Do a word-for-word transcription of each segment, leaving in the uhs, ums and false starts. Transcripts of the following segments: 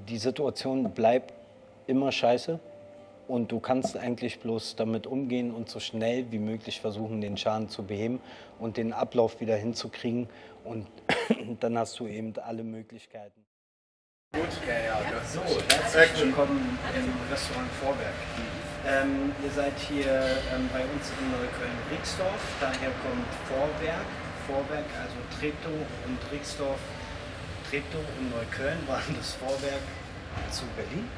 die Situation bleibt immer scheiße und du kannst eigentlich bloß damit umgehen und so schnell wie möglich versuchen, den Schaden zu beheben und den Ablauf wieder hinzukriegen und dann hast du eben alle Möglichkeiten. Gut, ja, ja. So, herzlich willkommen im Restaurant Vorwerk. Ähm, ihr seid hier ähm, bei uns in Neukölln-Rixdorf, daher kommt Vorwerk, Vorwerk, also Treptow und Rixdorf. Treptow und Neukölln waren das Vorwerk zu Berlin.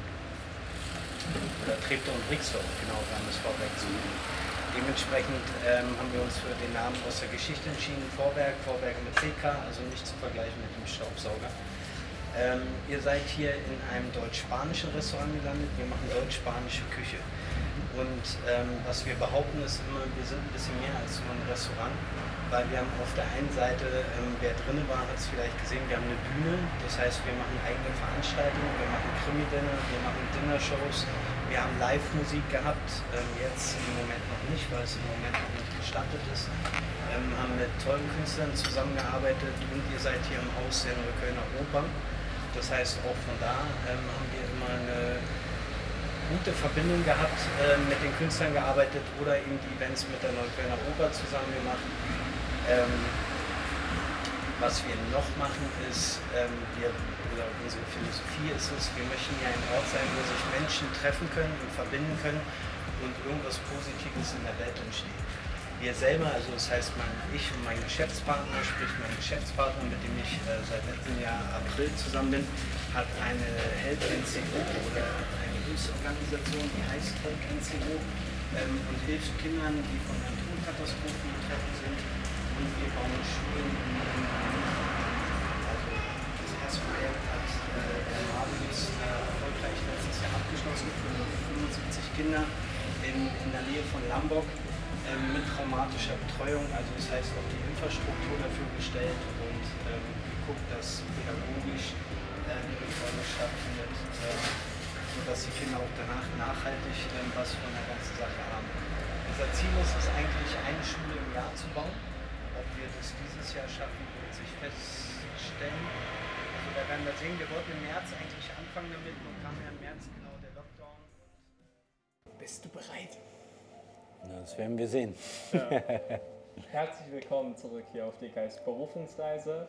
Oder Treptow und Rixdorf, genau, waren das Vorwerk zu Berlin. Dementsprechend ähm, haben wir uns für den Namen aus der Geschichte entschieden, Vorwerk, Vorwerk mit C K, also nicht zu vergleichen mit dem Staubsauger. Ähm, ihr seid hier in einem deutsch-spanischen Restaurant gelandet, wir machen deutsch-spanische Küche. Und ähm, was wir behaupten ist immer, wir sind ein bisschen mehr als nur ein Restaurant, weil wir haben auf der einen Seite, ähm, wer drinnen war, hat es vielleicht gesehen, wir haben eine Bühne, das heißt wir machen eigene Veranstaltungen, wir machen Krimi-Dinner, wir machen Dinnershows, wir haben Live-Musik gehabt, ähm, jetzt im Moment noch nicht, weil es im Moment noch nicht gestattet ist, ähm, haben mit tollen Künstlern zusammengearbeitet und ihr seid hier im Haus der Neuköllner Oper. Das heißt, auch von da ähm, haben wir immer eine gute Verbindung gehabt, äh, mit den Künstlern gearbeitet oder eben die Events mit der Neuköllner Oper zusammen gemacht. Ähm, was wir noch machen ist, ähm, wir, oder unsere Philosophie ist es, wir möchten ja ein Ort sein, wo sich Menschen treffen können und verbinden können und irgendwas Positives in der Welt entsteht. Wir selber, also das heißt mein, ich und mein Geschäftspartner, sprich mein Geschäftspartner, mit dem ich äh, seit letztem Jahr April zusammen bin, hat eine Help N C O oder eine Hilfsorganisation, die heißt Help N C O ähm, und hilft Kindern, die von Naturkatastrophen betroffen sind. Und wir bauen Schulen in, in also das erste Projekt hat äh, der Marius äh, erfolgreich letztes Jahr abgeschlossen für fünfundsiebzig Kinder in, in der Nähe von Lambock. Mit traumatischer Betreuung, also das heißt auch die Infrastruktur dafür gestellt und ähm, geguckt, dass pädagogisch äh, eine Betreuung stattfindet, äh, sodass die Kinder auch danach nachhaltig äh, was von der ganzen Sache haben. Unser Ziel ist es eigentlich, eine Schule im Jahr zu bauen. Ob wir das dieses Jahr schaffen, wird sich feststellen. Also da werden wir sehen, wir wollten im März eigentlich anfangen damit, nun kam ja im März genau der Lockdown. Und, äh Bist du bereit? Das werden wir sehen. Ja. Herzlich willkommen zurück hier auf D K S Berufungsreise.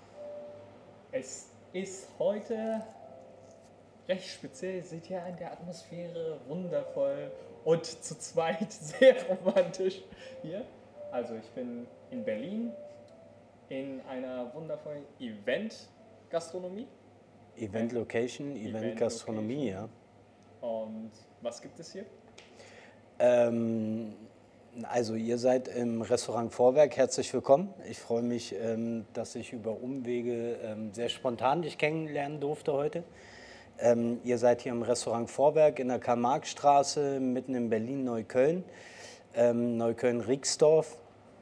Es ist heute recht speziell, seht ihr in der Atmosphäre, wundervoll und zu zweit sehr romantisch hier. Also ich bin in Berlin in einer wundervollen Event-Gastronomie. Event-Location, Event-Gastronomie, ja. Und was gibt es hier? Ähm, also ihr seid im Restaurant Vorwerk, herzlich willkommen. Ich freue mich, ähm, dass ich über Umwege ähm, sehr spontan dich kennenlernen durfte heute. Ähm, ihr seid hier im Restaurant Vorwerk in der Karl-Marx-Straße, mitten in Berlin-Neukölln, ähm, Neukölln-Rixdorf.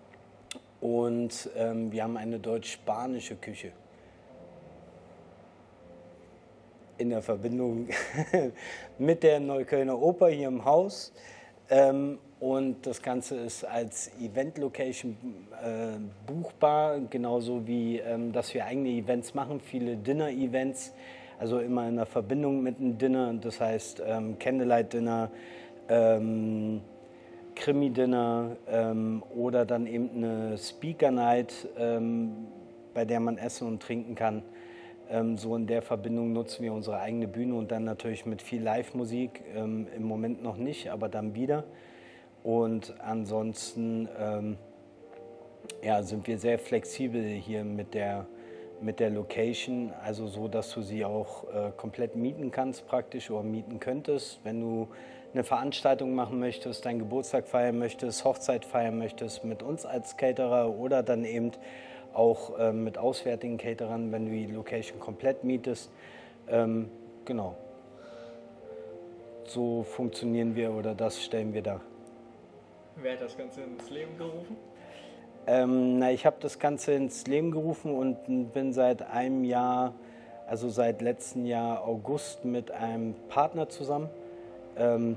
Und ähm, wir haben eine deutsch-spanische Küche. In der Verbindung mit der Neuköllner Oper hier im Haus. Ähm, und das Ganze ist als Event-Location äh, buchbar, genauso wie, ähm, dass wir eigene Events machen, viele Dinner-Events, also immer in der Verbindung mit einem Dinner, das heißt ähm, Candlelight-Dinner, ähm, Krimi-Dinner ähm, oder dann eben eine Speaker-Night, ähm, bei der man essen und trinken kann. Ähm, so in der Verbindung nutzen wir unsere eigene Bühne und dann natürlich mit viel Live-Musik, ähm, im Moment noch nicht, aber dann wieder. Und ansonsten ähm, ja, sind wir sehr flexibel hier mit der, mit der Location, also so, dass du sie auch äh, komplett mieten kannst praktisch oder mieten könntest, wenn du eine Veranstaltung machen möchtest, deinen Geburtstag feiern möchtest, Hochzeit feiern möchtest mit uns als Caterer oder dann eben auch äh, mit auswärtigen Caterern, wenn du die Location komplett mietest. Ähm, genau. So funktionieren wir oder das stellen wir dar. Wer hat das Ganze ins Leben gerufen? Ähm, na, ich habe das Ganze ins Leben gerufen und bin seit einem Jahr, also seit letztem Jahr August mit einem Partner zusammen, ähm,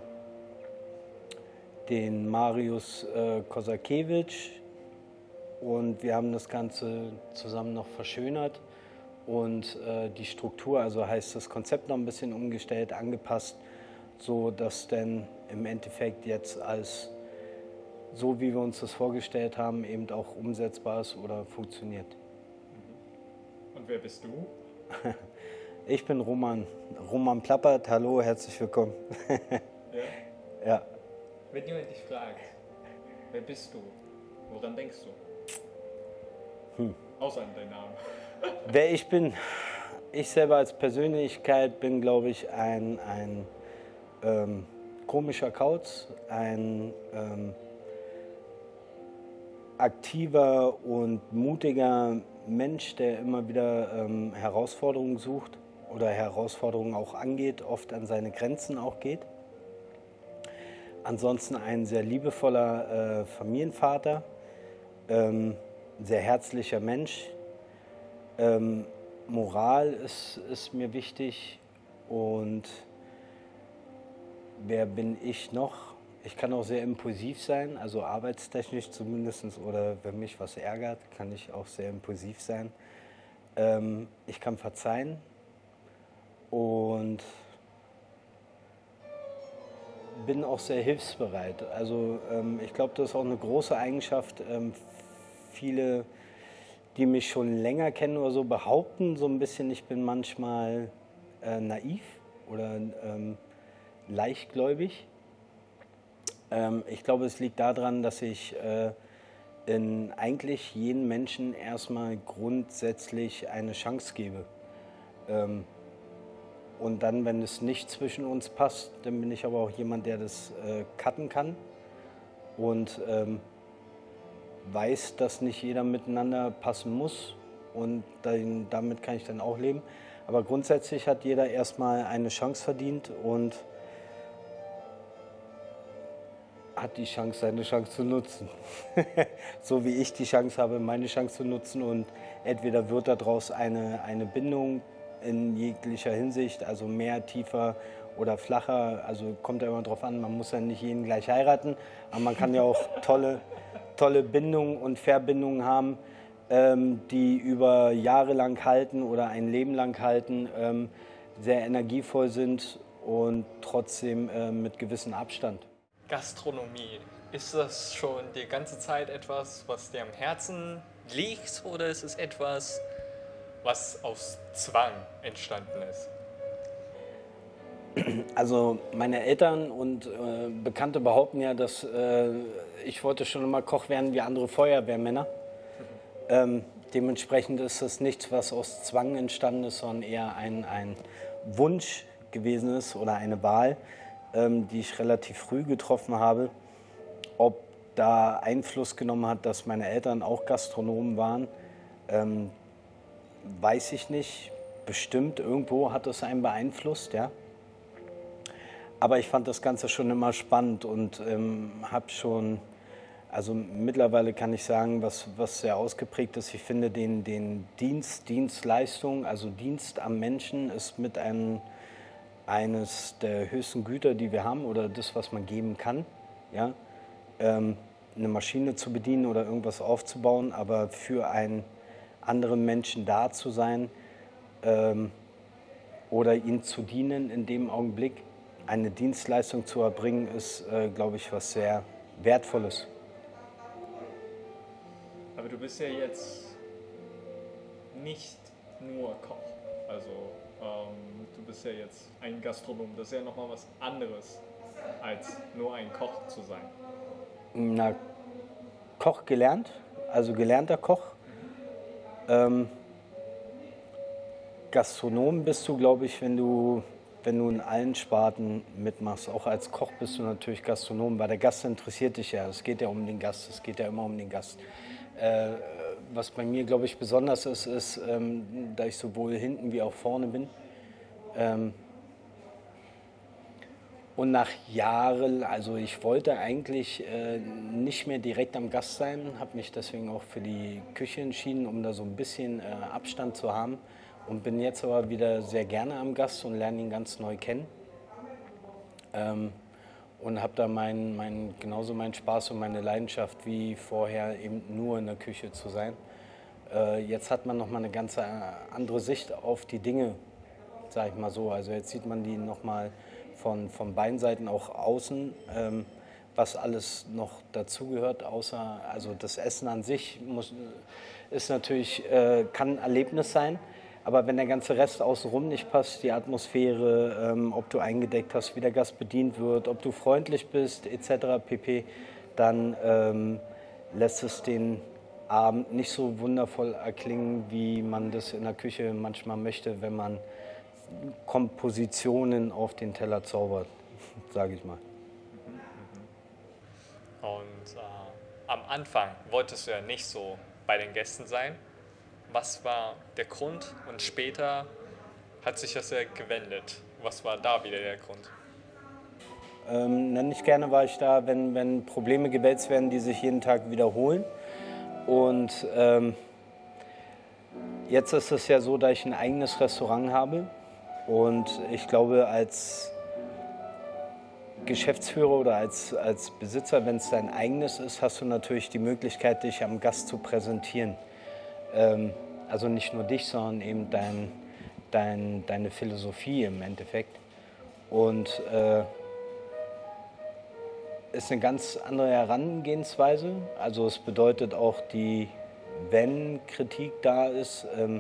den Marius äh, Kosakiewicz. Und wir haben das Ganze zusammen noch verschönert und äh, die Struktur, also heißt das Konzept noch ein bisschen umgestellt, angepasst, so dass dann im Endeffekt jetzt als so, wie wir uns das vorgestellt haben, eben auch umsetzbar ist oder funktioniert. Und wer bist du? Ich bin Roman, Roman Plappert. Hallo, herzlich willkommen. Ja? Ja. Wenn jemand dich fragt, wer bist du? Woran denkst du? Hm. Außer an deinen Namen. Wer ich bin, ich selber als Persönlichkeit bin, glaube ich, ein, ein ähm, komischer Kauz, ein ähm, aktiver und mutiger Mensch, der immer wieder ähm, Herausforderungen sucht oder Herausforderungen auch angeht, oft an seine Grenzen auch geht. Ansonsten ein sehr liebevoller äh, Familienvater, ähm, sehr herzlicher Mensch. Ähm, Moral ist, ist mir wichtig und wer bin ich noch? Ich kann auch sehr impulsiv sein, also arbeitstechnisch zumindest, oder wenn mich was ärgert, kann ich auch sehr impulsiv sein. Ähm, ich kann verzeihen und bin auch sehr hilfsbereit. Also ähm, ich glaube, das ist auch eine große Eigenschaft. Ähm, viele, die mich schon länger kennen oder so, behaupten so ein bisschen, ich bin manchmal äh, naiv oder ähm, leichtgläubig. Ähm, ich glaube, es liegt daran, dass ich äh, in eigentlich jedem Menschen erstmal grundsätzlich eine Chance gebe. Ähm, und dann, wenn es nicht zwischen uns passt, dann bin ich aber auch jemand, der das äh, cutten kann und ähm, weiß, dass nicht jeder miteinander passen muss und dann, damit kann ich dann auch leben. Aber grundsätzlich hat jeder erstmal eine Chance verdient und hat die Chance, seine Chance zu nutzen. So wie ich die Chance habe, meine Chance zu nutzen und entweder wird daraus eine, eine Bindung in jeglicher Hinsicht, also mehr, tiefer oder flacher, also kommt ja immer drauf an, man muss ja nicht jeden gleich heiraten, aber man kann ja auch tolle, tolle Bindungen und Verbindungen haben, ähm, die über Jahre lang halten oder ein Leben lang halten, ähm, sehr energievoll sind und trotzdem äh, mit gewissem Abstand. Gastronomie, ist das schon die ganze Zeit etwas, was dir am Herzen liegt, oder ist es etwas, was aus Zwang entstanden ist? Also meine Eltern und äh, Bekannte behaupten ja, dass äh, ich wollte schon immer Koch werden wie andere Feuerwehrmänner. Mhm. Ähm, dementsprechend ist das nichts, was aus Zwang entstanden ist, sondern eher ein, ein Wunsch gewesen ist oder eine Wahl, ähm, die ich relativ früh getroffen habe. Ob da Einfluss genommen hat, dass meine Eltern auch Gastronomen waren, ähm, weiß ich nicht. Bestimmt, irgendwo hat es einen beeinflusst, ja. Aber ich fand das Ganze schon immer spannend und ähm, habe schon, also mittlerweile kann ich sagen, was, was sehr ausgeprägt ist, ich finde den, den Dienst, Dienstleistung, also Dienst am Menschen ist mit einem, eines der höchsten Güter, die wir haben oder das, was man geben kann, ja. Ähm, eine Maschine zu bedienen oder irgendwas aufzubauen, aber für einen anderen Menschen da zu sein ähm, oder ihm zu dienen in dem Augenblick, eine Dienstleistung zu erbringen, ist, äh, glaube ich, was sehr Wertvolles. Aber du bist ja jetzt nicht nur Koch. Also ähm, du bist ja jetzt ein Gastronom. Das ist ja nochmal was anderes, als nur ein Koch zu sein. Na, Koch gelernt, also gelernter Koch. Ähm, Gastronom bist du, glaube ich, wenn du, wenn du in allen Sparten mitmachst. Auch als Koch bist du natürlich Gastronom, weil der Gast interessiert dich ja. Es geht ja um den Gast, es geht ja immer um den Gast. Äh, was bei mir, glaube ich, besonders ist, ist, ähm, da ich sowohl hinten wie auch vorne bin. Ähm, und nach Jahren, also ich wollte eigentlich äh, nicht mehr direkt am Gast sein, habe mich deswegen auch für die Küche entschieden, um da so ein bisschen äh, Abstand zu haben. Und bin jetzt aber wieder sehr gerne am Gast und lerne ihn ganz neu kennen. Ähm, und habe da mein, mein, genauso meinen Spaß und meine Leidenschaft wie vorher eben nur in der Küche zu sein. äh, jetzt hat man nochmal eine ganz äh, andere Sicht auf die Dinge, sage ich mal so. Also jetzt sieht man die nochmal von, von beiden Seiten auch außen, ähm, was alles noch dazugehört, außer, also das Essen an sich muss, ist natürlich, äh, kann ein Erlebnis sein, aber wenn der ganze Rest außenrum nicht passt, die Atmosphäre, ähm, ob du eingedeckt hast, wie der Gast bedient wird, ob du freundlich bist, et cetera pp., dann ähm, lässt es den Abend nicht so wundervoll erklingen, wie man das in der Küche manchmal möchte, wenn man Kompositionen auf den Teller zaubert, sage ich mal. Und äh, am Anfang wolltest du ja nicht so bei den Gästen sein. Was war der Grund? Und später hat sich das ja gewendet. Was war da wieder der Grund? Ähm, nicht gerne war ich da, wenn, wenn Probleme gewälzt werden, die sich jeden Tag wiederholen. Und ähm, jetzt ist es ja so, dass ich ein eigenes Restaurant habe. Und ich glaube, als Geschäftsführer oder als, als Besitzer, wenn es dein eigenes ist, hast du natürlich die Möglichkeit, dich am Gast zu präsentieren. Ähm, also nicht nur dich, sondern eben dein, dein, deine Philosophie im Endeffekt. Und äh, ist eine ganz andere Herangehensweise. Also es bedeutet auch, die, wenn Kritik da ist, ähm,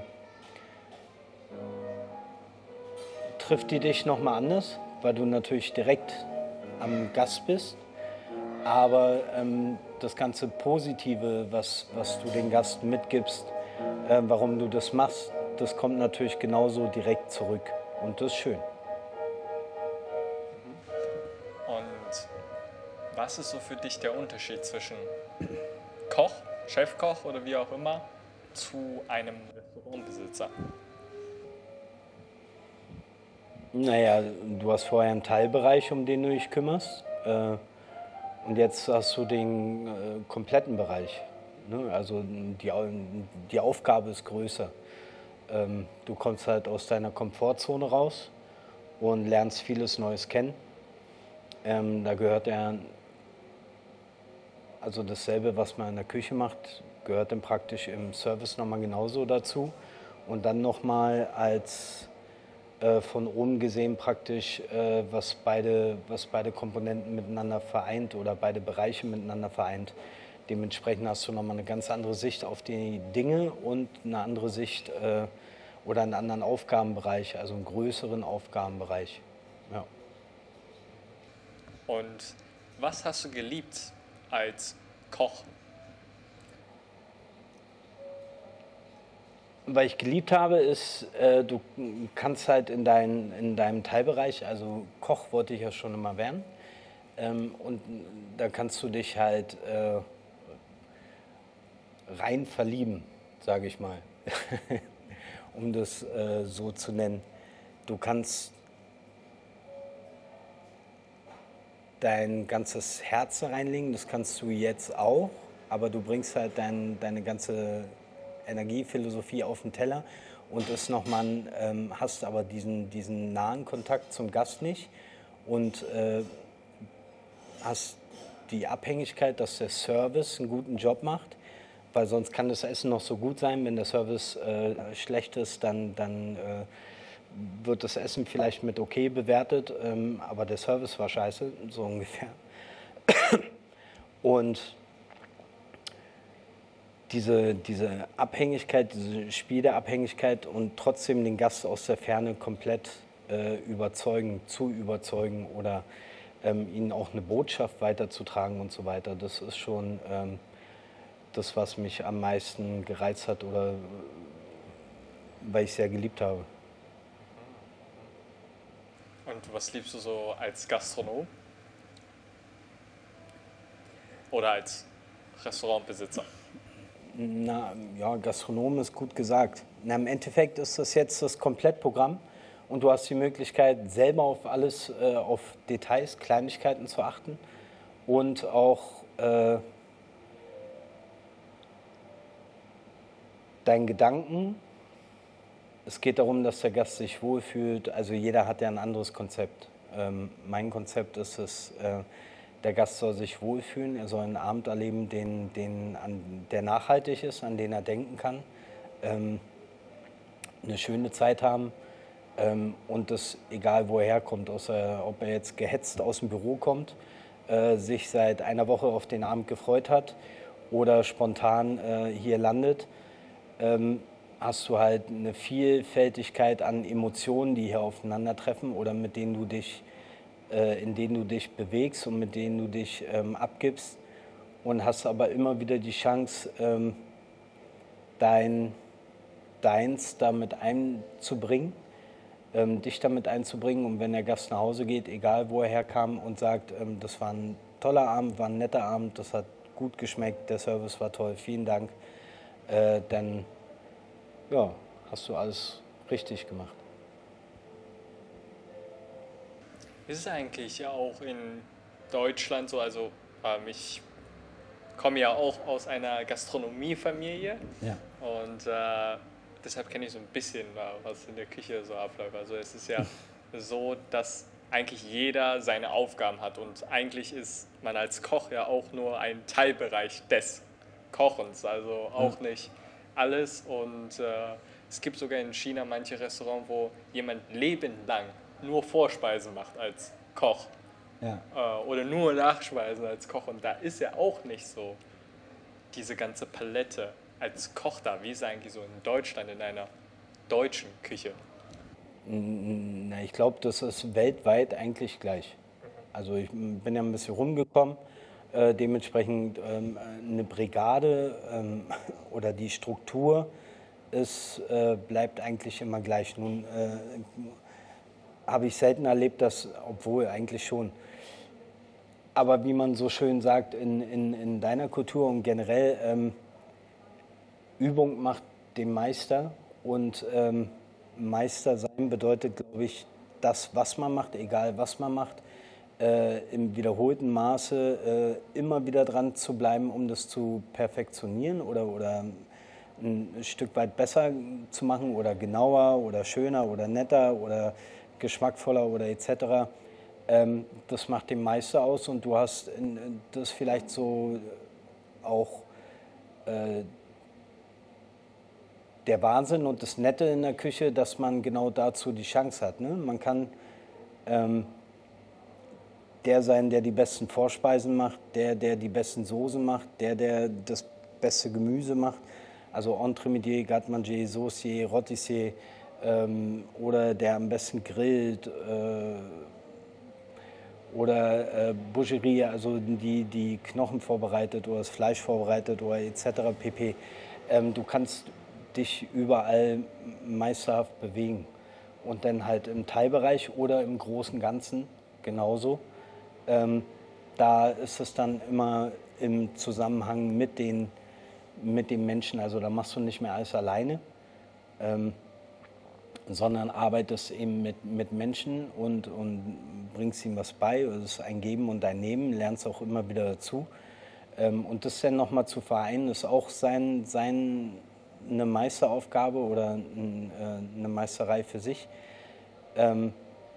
trifft die dich nochmal anders, weil du natürlich direkt am Gast bist. Aber ähm, das ganze Positive, was, was du den Gast mitgibst, äh, warum du das machst, das kommt natürlich genauso direkt zurück. Und das ist schön. Und was ist so für dich der Unterschied zwischen Koch, Chefkoch oder wie auch immer, zu einem Restaurantbesitzer? Naja, du hast vorher einen Teilbereich, um den du dich kümmerst. Äh, und jetzt hast du den äh, kompletten Bereich. Ne? Also die, die Aufgabe ist größer. Ähm, du kommst halt aus deiner Komfortzone raus und lernst vieles Neues kennen. Ähm, da gehört ja, also dasselbe, was man in der Küche macht, gehört dann praktisch im Service nochmal genauso dazu. Und dann nochmal als äh, von oben gesehen praktisch, äh, was, beide, was beide Komponenten miteinander vereint oder beide Bereiche miteinander vereint. Dementsprechend hast du nochmal eine ganz andere Sicht auf die Dinge und eine andere Sicht äh, oder einen anderen Aufgabenbereich, also einen größeren Aufgabenbereich. Ja. Und was hast du geliebt als Koch? Was ich geliebt habe, ist, äh, du kannst halt in, dein, in deinem Teilbereich, also Koch wollte ich ja schon immer werden, ähm, und da kannst du dich halt äh, rein verlieben, sage ich mal, um das äh, so zu nennen. Du kannst dein ganzes Herz reinlegen, das kannst du jetzt auch, aber du bringst halt dein, deine ganze Energiephilosophie auf den Teller und ist noch mal, ähm, hast aber diesen, diesen nahen Kontakt zum Gast nicht und äh, hast die Abhängigkeit, dass der Service einen guten Job macht, weil sonst kann das Essen noch so gut sein, wenn der Service äh, schlecht ist, dann, dann äh, wird das Essen vielleicht mit okay bewertet, ähm, aber der Service war scheiße, so ungefähr. Und diese, diese Abhängigkeit, diese Spielabhängigkeit und trotzdem den Gast aus der Ferne komplett äh, überzeugen, zu überzeugen oder ähm, ihnen auch eine Botschaft weiterzutragen und so weiter, das ist schon ähm, das, was mich am meisten gereizt hat oder weil ich es sehr geliebt habe. Und was liebst du so als Gastronom? Oder als Restaurantbesitzer? Na, ja, Gastronom ist gut gesagt. Na, im Endeffekt ist das jetzt das Komplettprogramm und du hast die Möglichkeit, selber auf alles, äh, auf Details, Kleinigkeiten zu achten und auch äh, deinen Gedanken. Es geht darum, dass der Gast sich wohlfühlt. Also jeder hat ja ein anderes Konzept. Ähm, mein Konzept ist es, äh, der Gast soll sich wohlfühlen, er soll einen Abend erleben, den, den, an, der nachhaltig ist, an den er denken kann. ähm, eine schöne Zeit haben. Ähm, und das egal, wo er herkommt, außer ob er jetzt gehetzt aus dem Büro kommt, äh, sich seit einer Woche auf den Abend gefreut hat oder spontan äh, hier landet, ähm, hast du halt eine Vielfältigkeit an Emotionen, die hier aufeinandertreffen oder mit denen du dich, äh, in denen du dich bewegst und mit denen du dich ähm, abgibst und hast aber immer wieder die Chance, ähm, dein, deins damit einzubringen, ähm, dich damit einzubringen und wenn der Gast nach Hause geht, egal wo er herkam und sagt, ähm, das war ein toller Abend, war ein netter Abend, das hat gut geschmeckt, der Service war toll, vielen Dank, äh, dann ja, hast du alles richtig gemacht. Ist es eigentlich ja auch in Deutschland so, also ähm, ich komme ja auch aus einer Gastronomiefamilie Ja. und äh, deshalb kenne ich so ein bisschen, äh, was in der Küche so abläuft. Also es ist ja so, dass eigentlich jeder seine Aufgaben hat und eigentlich ist man als Koch ja auch nur ein Teilbereich des Kochens, also auch Ja. nicht alles und äh, es gibt sogar in China manche Restaurants, wo jemand lebenlang nur Vorspeisen macht als Koch Ja. äh, oder nur Nachspeisen als Koch und da ist ja auch nicht so diese ganze Palette als Koch da. Wie ist es eigentlich so in Deutschland in einer deutschen Küche? Na, ich glaube, das ist weltweit eigentlich gleich. Also ich bin ja ein bisschen rumgekommen, äh, dementsprechend ähm, eine Brigade ähm, oder die Struktur ist, äh, bleibt eigentlich immer gleich. Nun äh, habe ich selten erlebt, dass, obwohl eigentlich schon. Aber wie man so schön sagt, in, in, in deiner Kultur und generell, ähm, Übung macht den Meister und ähm, Meister sein bedeutet, glaube ich, das, was man macht, egal was man macht, äh, im wiederholten Maße äh, immer wieder dran zu bleiben, um das zu perfektionieren oder, oder ein Stück weit besser zu machen oder genauer oder schöner oder netter oder geschmackvoller oder et cetera. Ähm, das macht den Meister aus und du hast in, das vielleicht so auch äh, der Wahnsinn und das Nette in der Küche, dass man genau dazu die Chance hat. Ne? Man kann ähm, der sein, der die besten Vorspeisen macht, der, der die besten Soßen macht, der, der das beste Gemüse macht. Also Entremetier, Garde-Manger, Saucier, Rôtissier ähm, oder der am besten grillt äh, oder äh, Boucherie, also die, die Knochen vorbereitet oder das Fleisch vorbereitet oder et cetera pp. Ähm, du kannst dich überall meisterhaft bewegen. Und dann halt im Teilbereich oder im großen Ganzen genauso. Ähm, da ist es dann immer im Zusammenhang mit den, mit den Menschen, also da machst du nicht mehr alles alleine, ähm, sondern arbeitest eben mit, mit Menschen und, und bringst ihnen was bei. Es ist ein Geben und ein Nehmen, lernst auch immer wieder dazu. Ähm, und das dann nochmal zu vereinen, ist auch sein, sein, eine Meisteraufgabe oder ein, äh, eine Meisterei für sich. Ähm,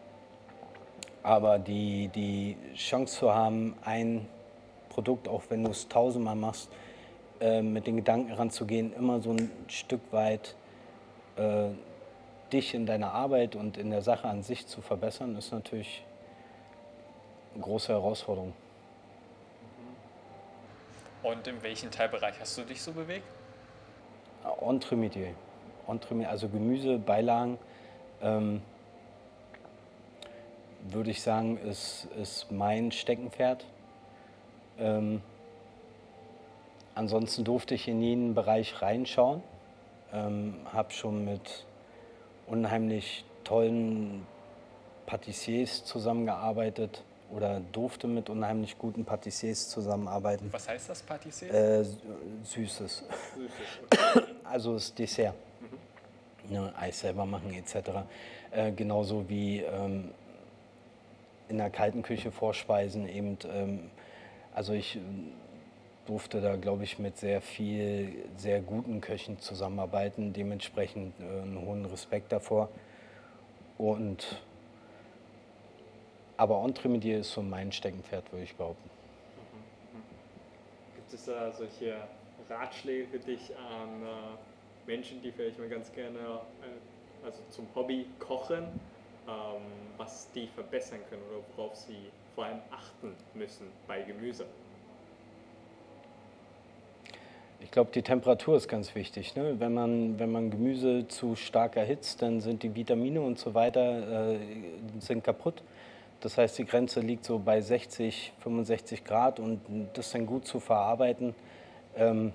aber die, die Chance zu haben, ein Produkt, auch wenn du es tausendmal machst, äh, mit den Gedanken ranzugehen, immer so ein Stück weit äh, dich in deiner Arbeit und in der Sache an sich zu verbessern, ist natürlich eine große Herausforderung. Und in welchem Teilbereich hast du dich so bewegt? Entremetier. Entremetier, also Gemüse, Beilagen, ähm, würde ich sagen, ist, ist mein Steckenpferd. Ähm, ansonsten durfte ich in jeden Bereich reinschauen. Ähm, habe schon mit unheimlich tollen Patissiers zusammengearbeitet oder durfte mit unheimlich guten Patissiers zusammenarbeiten. Was heißt das, Patissier? Äh, Süßes. Süßes, okay. Also das Dessert. Mhm. Ja, Eis selber machen et cetera. Äh, genauso wie ähm, in der kalten Küche Vorspeisen eben. Ähm, also ich durfte da, glaube ich, mit sehr viel, sehr guten Köchen zusammenarbeiten. Dementsprechend äh, einen hohen Respekt davor. Und aber Entremetier ist so mein Steckenpferd, würde ich behaupten. Gibt es da solche Ratschläge für dich an äh, Menschen, die vielleicht mal ganz gerne, äh, also zum Hobby kochen, ähm, was die verbessern können oder worauf sie vor allem achten müssen bei Gemüse? Ich glaube, die Temperatur ist ganz wichtig. Ne? Wenn man, wenn man Gemüse zu stark erhitzt, dann sind die Vitamine und so weiter äh, sind kaputt. Das heißt, die Grenze liegt so bei sechzig, fünfundsechzig Grad und das dann gut zu verarbeiten, ähm,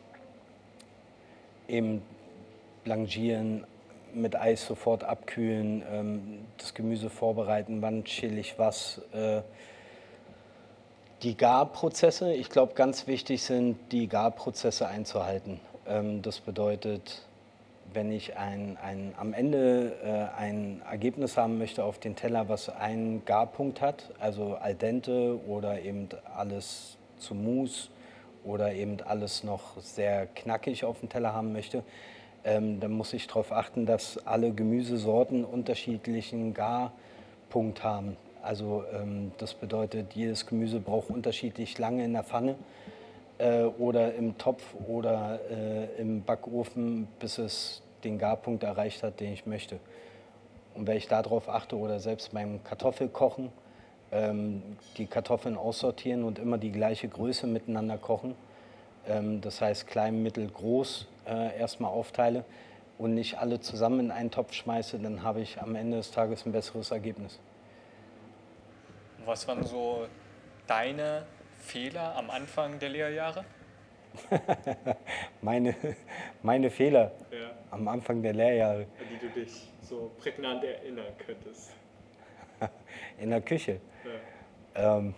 eben blanchieren, mit Eis sofort abkühlen, ähm, das Gemüse vorbereiten, wann chill ich was. Äh, die Garprozesse, ich glaube, ganz wichtig sind, die Garprozesse einzuhalten. Ähm, das bedeutet, wenn ich ein, ein, am Ende äh, ein Ergebnis haben möchte auf den Teller, was einen Garpunkt hat, also al dente oder eben alles zu Mousse oder eben alles noch sehr knackig auf dem Teller haben möchte, ähm, dann muss ich darauf achten, dass alle Gemüsesorten unterschiedlichen Garpunkt haben. Also ähm, das bedeutet, jedes Gemüse braucht unterschiedlich lange in der Pfanne äh, oder im Topf oder äh, im Backofen, bis es den Garpunkt erreicht hat, den ich möchte. Und wenn ich darauf achte oder selbst beim Kartoffelkochen, ähm, die Kartoffeln aussortieren und immer die gleiche Größe miteinander kochen, ähm, das heißt klein, mittel, groß äh, erstmal aufteile und nicht alle zusammen in einen Topf schmeiße, dann habe ich am Ende des Tages ein besseres Ergebnis. Was waren so deine Fehler am Anfang der Lehrjahre? meine, meine Fehler Ja. am Anfang der Lehrjahre. An die du dich so prägnant erinnern könntest. In der Küche. Ja. Ähm,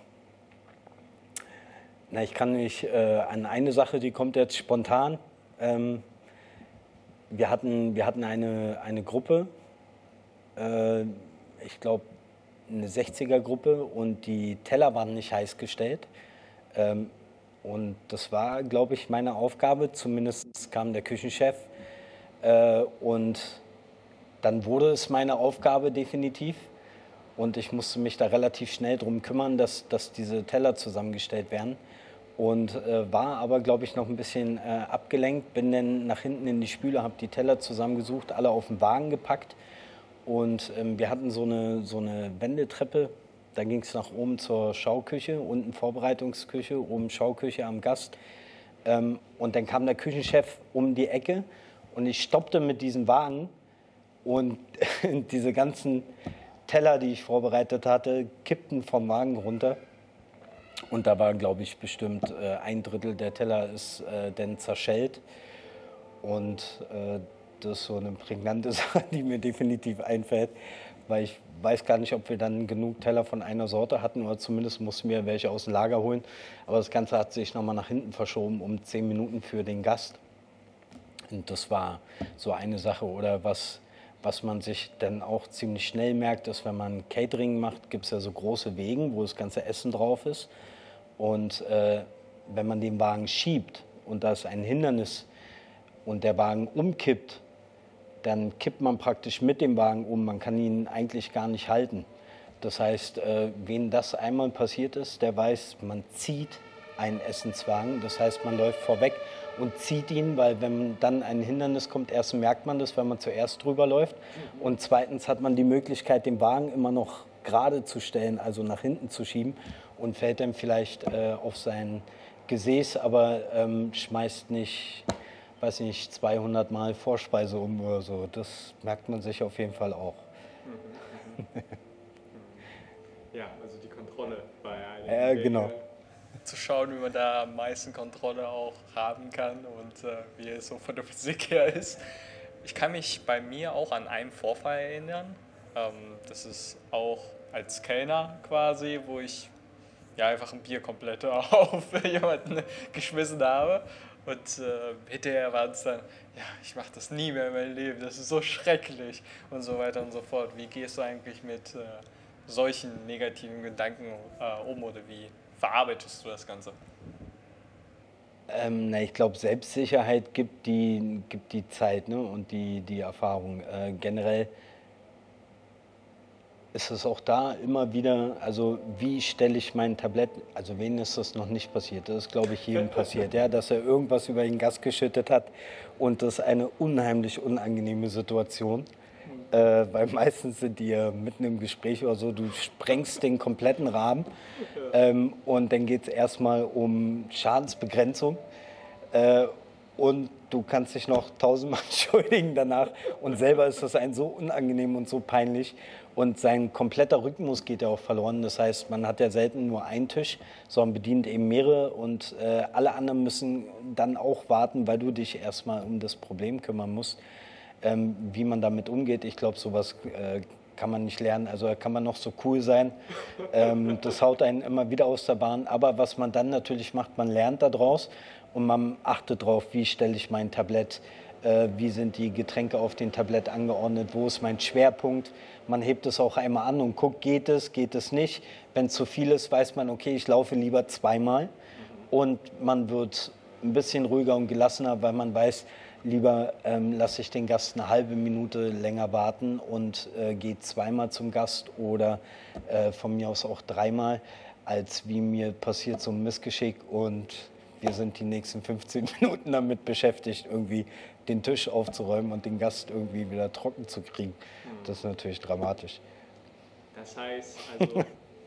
na, ich kann mich äh, an eine Sache, die kommt jetzt spontan. Ähm, wir hatten, wir hatten eine, eine Gruppe, äh, ich glaube eine sechziger-Gruppe und die Teller waren nicht heiß gestellt. Ähm, und das war, glaube ich, meine Aufgabe. Zumindest kam der Küchenchef. Äh, und dann wurde es meine Aufgabe definitiv. Und ich musste mich da relativ schnell drum kümmern, dass, dass diese Teller zusammengestellt werden. Und äh, war aber, glaube ich, noch ein bisschen äh, abgelenkt. Bin dann nach hinten in die Spüle, habe die Teller zusammengesucht, alle auf den Wagen gepackt. Und ähm, wir hatten so eine, so eine Wendetreppe, da ging es nach oben zur Schauküche, unten Vorbereitungsküche, oben Schauküche am Gast. Ähm, und dann kam der Küchenchef um die Ecke und ich stoppte mit diesem Wagen und diese ganzen Teller, die ich vorbereitet hatte, kippten vom Wagen runter. Und da war, glaube ich, bestimmt äh, ein Drittel der Teller ist äh, dann zerschellt. Und äh, das ist so eine prägnante Sache, die mir definitiv einfällt, weil ich weiß gar nicht, ob wir dann genug Teller von einer Sorte hatten oder zumindest mussten wir welche aus dem Lager holen. Aber das Ganze hat sich nochmal nach hinten verschoben um zehn Minuten für den Gast. Und das war so eine Sache. Oder was, was man sich dann auch ziemlich schnell merkt, ist, wenn man Catering macht, gibt es ja so große Wegen, wo das ganze Essen drauf ist. Und äh, wenn man den Wagen schiebt und da ist ein Hindernis und der Wagen umkippt, dann kippt man praktisch mit dem Wagen um. Man kann ihn eigentlich gar nicht halten. Das heißt, äh, wen das einmal passiert ist, der weiß, man zieht einen Essenswagen. Das heißt, man läuft vorweg und zieht ihn, weil wenn dann ein Hindernis kommt, erst merkt man das, wenn man zuerst drüber läuft. Und zweitens hat man die Möglichkeit, den Wagen immer noch gerade zu stellen, also nach hinten zu schieben und fällt dann vielleicht äh, auf sein Gesäß, aber ähm, schmeißt nicht, weiß nicht, zweihundert Mal Vorspeise um oder so. Das merkt man sich auf jeden Fall auch. Ja, also die Kontrolle bei einem. Ja, genau. Zu schauen, wie man da am meisten Kontrolle auch haben kann und äh, wie es so von der Physik her ist. Ich kann mich bei mir auch an einen Vorfall erinnern. Ähm, das ist auch als Kellner quasi, wo ich ja einfach ein Bier komplett auf jemanden geschmissen habe. Und äh, hinterher war es dann, ja, ich mache das nie mehr in meinem Leben, das ist so schrecklich und so weiter und so fort. Wie gehst du eigentlich mit äh, solchen negativen Gedanken äh, um oder wie verarbeitest du das Ganze? Ähm, na, ich glaube, Selbstsicherheit gibt die, gibt die Zeit, ne, und die, die Erfahrung. Äh, generell ist es auch da immer wieder, also wie stelle ich mein Tablett, also wen ist das noch nicht passiert? Das ist, glaube ich, jedem passiert, ja, dass er irgendwas über den Gast geschüttet hat und das ist eine unheimlich unangenehme Situation, äh, weil meistens sind die ja mitten im Gespräch oder so, du sprengst den kompletten Rahmen ähm, und dann geht es erstmal um Schadensbegrenzung. Äh, Und du kannst dich noch tausendmal entschuldigen danach. Und selber ist das ein so unangenehm und so peinlich. Und sein kompletter Rhythmus geht ja auch verloren. Das heißt, man hat ja selten nur einen Tisch, sondern bedient eben mehrere. Und äh, alle anderen müssen dann auch warten, weil du dich erstmal um das Problem kümmern musst. Ähm, wie man damit umgeht, ich glaube, sowas äh, kann man nicht lernen. Also da kann man noch so cool sein. Ähm, das haut einen immer wieder aus der Bahn. Aber was man dann natürlich macht, man lernt daraus. Und man achtet darauf, wie stelle ich mein Tablett, äh, wie sind die Getränke auf dem Tablett angeordnet, wo ist mein Schwerpunkt. Man hebt es auch einmal an und guckt, geht es, geht es nicht. Wenn es zu viel ist, weiß man, okay, ich laufe lieber zweimal. Und man wird ein bisschen ruhiger und gelassener, weil man weiß, lieber ähm, lasse ich den Gast eine halbe Minute länger warten und äh, gehe zweimal zum Gast oder äh, von mir aus auch dreimal, als wie mir passiert so ein Missgeschick und wir sind die nächsten fünfzehn Minuten damit beschäftigt, irgendwie den Tisch aufzuräumen und den Gast irgendwie wieder trocken zu kriegen. Das ist natürlich dramatisch. Das heißt also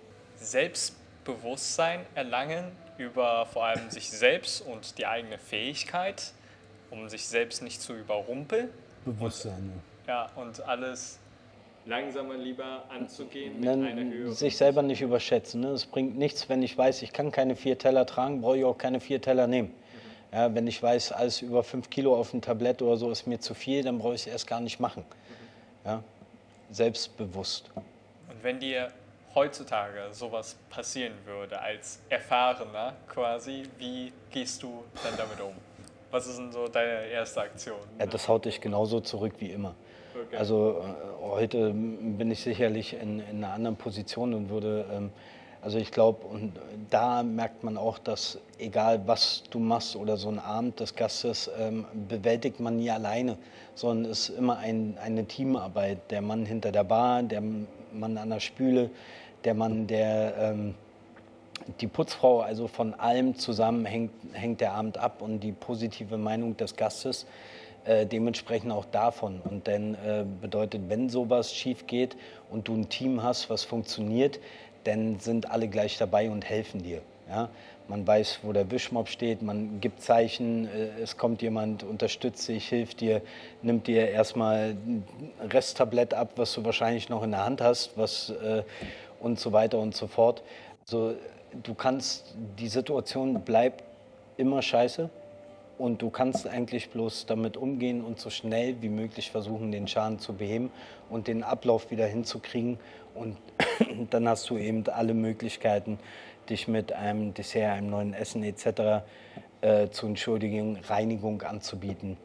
Selbstbewusstsein erlangen über vor allem sich selbst und die eigene Fähigkeit, um sich selbst nicht zu überrumpeln. Bewusstsein, ja. Ja, und alles langsamer lieber anzugehen mit Dann einer höheren... sich selber nicht überschätzen. Ne? Es bringt nichts, wenn ich weiß, ich kann keine vier Teller tragen, brauche ich auch keine vier Teller nehmen. Mhm. Ja, wenn ich weiß, alles über fünf Kilo auf dem Tablett oder so ist mir zu viel, dann brauche ich es erst gar nicht machen. Mhm. Ja? Selbstbewusst. Und wenn dir heutzutage sowas passieren würde, als Erfahrener quasi, wie gehst du dann damit um? Was ist denn so deine erste Aktion? Ja, das haut dich genauso zurück wie immer. Okay. Also äh, heute bin ich sicherlich in, in einer anderen Position und würde, ähm, also ich glaube, und da merkt man auch, dass egal was du machst oder so ein Abend des Gastes, ähm, bewältigt man nie alleine, sondern es ist immer ein, eine Teamarbeit. Der Mann hinter der Bar, der Mann an der Spüle, der Mann, der ähm, die Putzfrau, also von allem zusammen hängt, hängt der Abend ab und die positive Meinung des Gastes Äh, dementsprechend auch davon. Und dann äh, bedeutet, wenn sowas schief geht und du ein Team hast, was funktioniert, dann sind alle gleich dabei und helfen dir. Ja? Man weiß, wo der Wischmopp steht, man gibt Zeichen, äh, es kommt jemand, unterstützt dich, hilft dir, nimmt dir erstmal ein Resttablett ab, was du wahrscheinlich noch in der Hand hast, was, äh, und so weiter und so fort. Also du kannst, die Situation bleibt immer scheiße. Und du kannst eigentlich bloß damit umgehen und so schnell wie möglich versuchen, den Schaden zu beheben und den Ablauf wieder hinzukriegen. Und dann hast du eben alle Möglichkeiten, dich mit einem Dessert, einem neuen Essen et cetera äh, zur Entschuldigung, Reinigung anzubieten.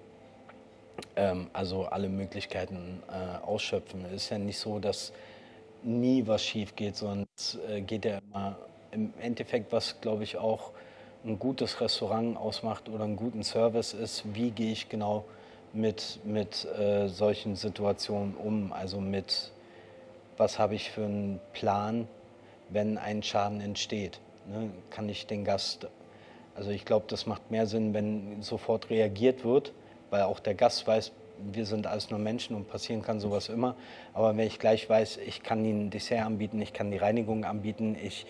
Ähm, also alle Möglichkeiten äh, ausschöpfen. Es ist ja nicht so, dass nie was schief geht, sondern es äh, geht ja immer im Endeffekt, was glaube ich auch ein gutes Restaurant ausmacht oder einen guten Service ist, wie gehe ich genau mit, mit äh, solchen Situationen um, also mit, was habe ich für einen Plan, wenn ein Schaden entsteht. Ne? Kann ich den Gast, also ich glaube, das macht mehr Sinn, wenn sofort reagiert wird, weil auch der Gast weiß, wir sind alles nur Menschen und passieren kann sowas immer, aber wenn ich gleich weiß, ich kann ihnen ein Dessert anbieten, ich kann die Reinigung anbieten, ich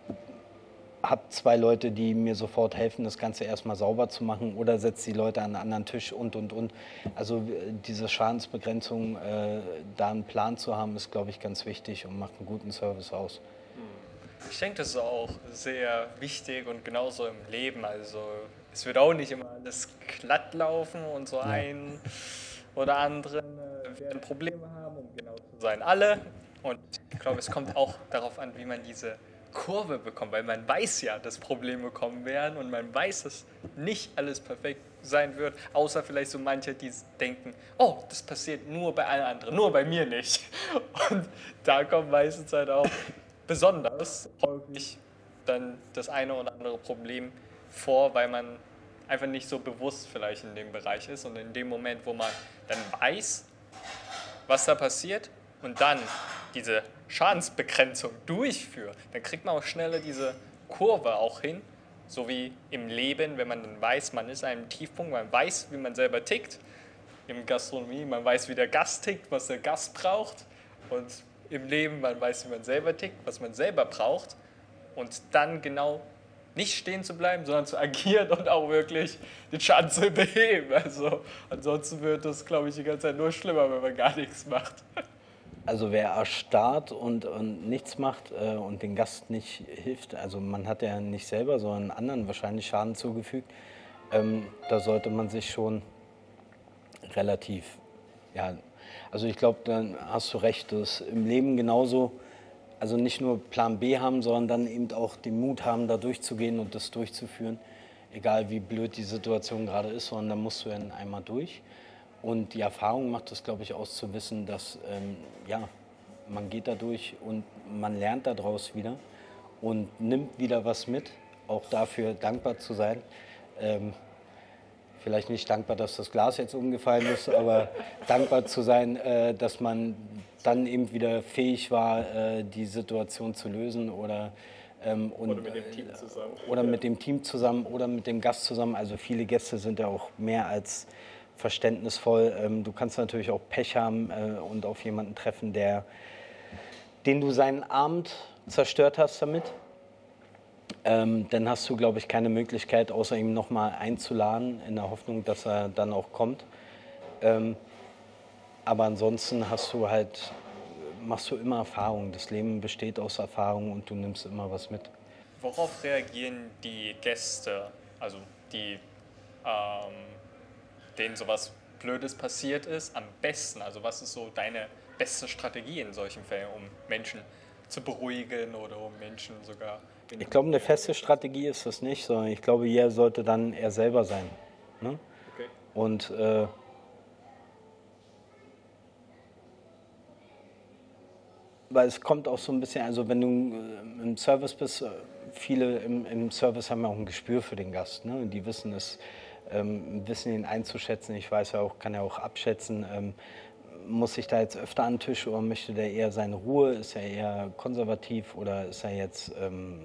habe zwei Leute, die mir sofort helfen, das Ganze erstmal sauber zu machen oder setze die Leute an einen anderen Tisch und, und, und. Also diese Schadensbegrenzung, äh, da einen Plan zu haben, ist, glaube ich, ganz wichtig und macht einen guten Service aus. Ich denke, das ist auch sehr wichtig und genauso im Leben. Also es wird auch nicht immer alles glatt laufen und so ja. Ein oder anderen äh, werden Probleme haben, um genau zu sein. Alle. Und ich glaube, es kommt auch darauf an, wie man diese Kurve bekommt, weil man weiß ja, dass Probleme kommen werden und man weiß, dass nicht alles perfekt sein wird, außer vielleicht so manche, die denken, oh, das passiert nur bei allen anderen, nur bei mir nicht. Und da kommt meistens halt auch besonders häufig dann das eine oder andere Problem vor, weil man einfach nicht so bewusst vielleicht in dem Bereich ist und in dem Moment, wo man dann weiß, was da passiert, und dann diese Schadensbegrenzung durchführe, dann kriegt man auch schneller diese Kurve auch hin, so wie im Leben, wenn man dann weiß, man ist an einem Tiefpunkt, man weiß, wie man selber tickt, im Gastronomie, man weiß, wie der Gast tickt, was der Gast braucht, und im Leben, man weiß, wie man selber tickt, was man selber braucht, und dann genau nicht stehen zu bleiben, sondern zu agieren und auch wirklich den Schaden zu beheben. Also ansonsten wird das, glaube ich, die ganze Zeit nur schlimmer, wenn man gar nichts macht. Also wer erstarrt und, und nichts macht äh, und den Gast nicht hilft, also man hat ja nicht selber, sondern anderen wahrscheinlich Schaden zugefügt, ähm, da sollte man sich schon relativ, ja, also ich glaube, dann hast du recht, dass im Leben genauso, also nicht nur Plan B haben, sondern dann eben auch den Mut haben, da durchzugehen und das durchzuführen, egal wie blöd die Situation gerade ist, sondern da musst du dann einmal durch. Und die Erfahrung macht es, glaube ich, aus zu wissen, dass ähm, ja, man geht da durch und man lernt daraus wieder und nimmt wieder was mit, auch dafür dankbar zu sein. Ähm, vielleicht nicht dankbar, dass das Glas jetzt umgefallen ist, aber dankbar zu sein, äh, dass man dann eben wieder fähig war, äh, die Situation zu lösen oder, ähm, und, oder mit dem Team zusammen. Oder mit dem Team zusammen oder mit dem Gast zusammen. Also viele Gäste sind ja auch mehr als verständnisvoll. Ähm, du kannst natürlich auch Pech haben äh, und auf jemanden treffen, der, den du seinen Abend zerstört hast damit. Ähm, dann hast du, glaube ich, keine Möglichkeit, außer ihm nochmal einzuladen, in der Hoffnung, dass er dann auch kommt. Ähm, aber ansonsten hast du halt, machst du immer Erfahrung. Das Leben besteht aus Erfahrung und du nimmst immer was mit. Worauf reagieren die Gäste, also die, ähm, denen sowas Blödes passiert ist, am besten? Also was ist so deine beste Strategie in solchen Fällen, um Menschen zu beruhigen oder um Menschen sogar... Ich glaube, eine feste Strategie ist das nicht, sondern ich glaube, jeder sollte dann er selber sein. Ne? Okay. Und äh, weil es kommt auch so ein bisschen, also wenn du äh, im Service bist, äh, viele im, im Service haben ja auch ein Gespür für den Gast. Ne? Die wissen es, ähm, wissen ihn einzuschätzen. Ich weiß ja auch, kann ja auch abschätzen, ähm, muss ich da jetzt öfter an den Tisch oder möchte der eher seine Ruhe? Ist er eher konservativ oder ist er jetzt, ähm,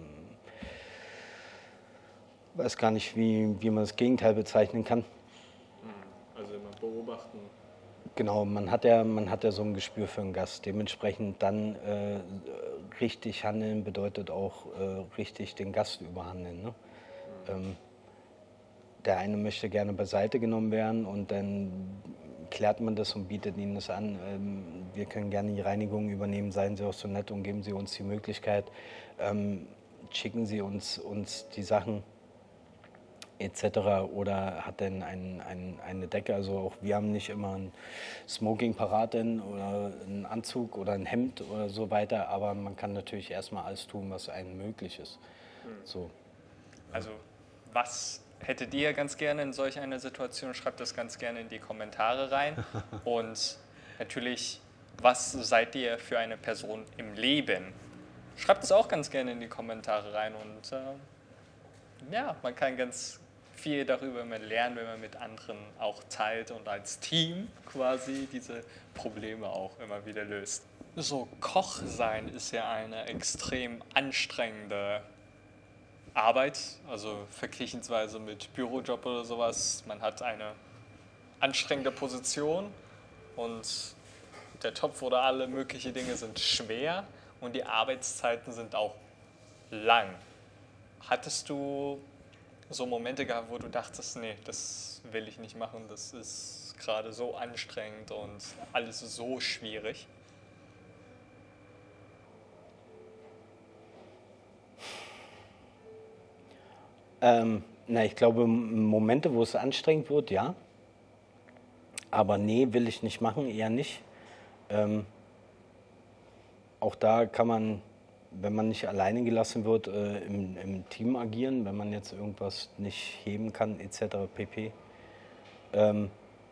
weiß gar nicht, wie, wie man das Gegenteil bezeichnen kann. Also immer beobachten. Genau, man hat ja, man hat ja so ein Gespür für einen Gast. Dementsprechend dann äh, richtig handeln bedeutet auch äh, richtig den Gast überhandeln. Ne? Mhm. Ähm, der eine möchte gerne beiseite genommen werden und dann klärt man das und bietet ihnen das an. Ähm, wir können gerne die Reinigung übernehmen, seien Sie auch so nett und geben Sie uns die Möglichkeit. Ähm, schicken Sie uns, uns die Sachen et cetera. Oder hat denn ein, ein, eine Decke, also auch wir haben nicht immer ein Smoking parat denn, oder einen Anzug oder ein Hemd oder so weiter, aber man kann natürlich erstmal alles tun, was einem möglich ist. Mhm. So. Also was hättet ihr ganz gerne in solch einer Situation? Schreibt das ganz gerne in die Kommentare rein. Und natürlich, was seid ihr für eine Person im Leben? Schreibt es auch ganz gerne in die Kommentare rein. Und äh, ja, man kann ganz viel darüber lernen, wenn man mit anderen auch teilt und als Team quasi diese Probleme auch immer wieder löst. So, Koch sein ist ja eine extrem anstrengende Arbeit, also vergleichsweise mit Bürojob oder sowas. Man hat eine anstrengende Position und der Topf oder alle möglichen Dinge sind schwer und die Arbeitszeiten sind auch lang. Hattest du so Momente gehabt, wo du dachtest, nee, das will ich nicht machen, das ist gerade so anstrengend und alles so schwierig? Ähm, na, ich glaube, Momente, wo es anstrengend wird, ja. Aber nee, will ich nicht machen, eher nicht. Ähm, auch da kann man, wenn man nicht alleine gelassen wird, äh, im, im Team agieren, wenn man jetzt irgendwas nicht heben kann, et cetera pp. Ähm,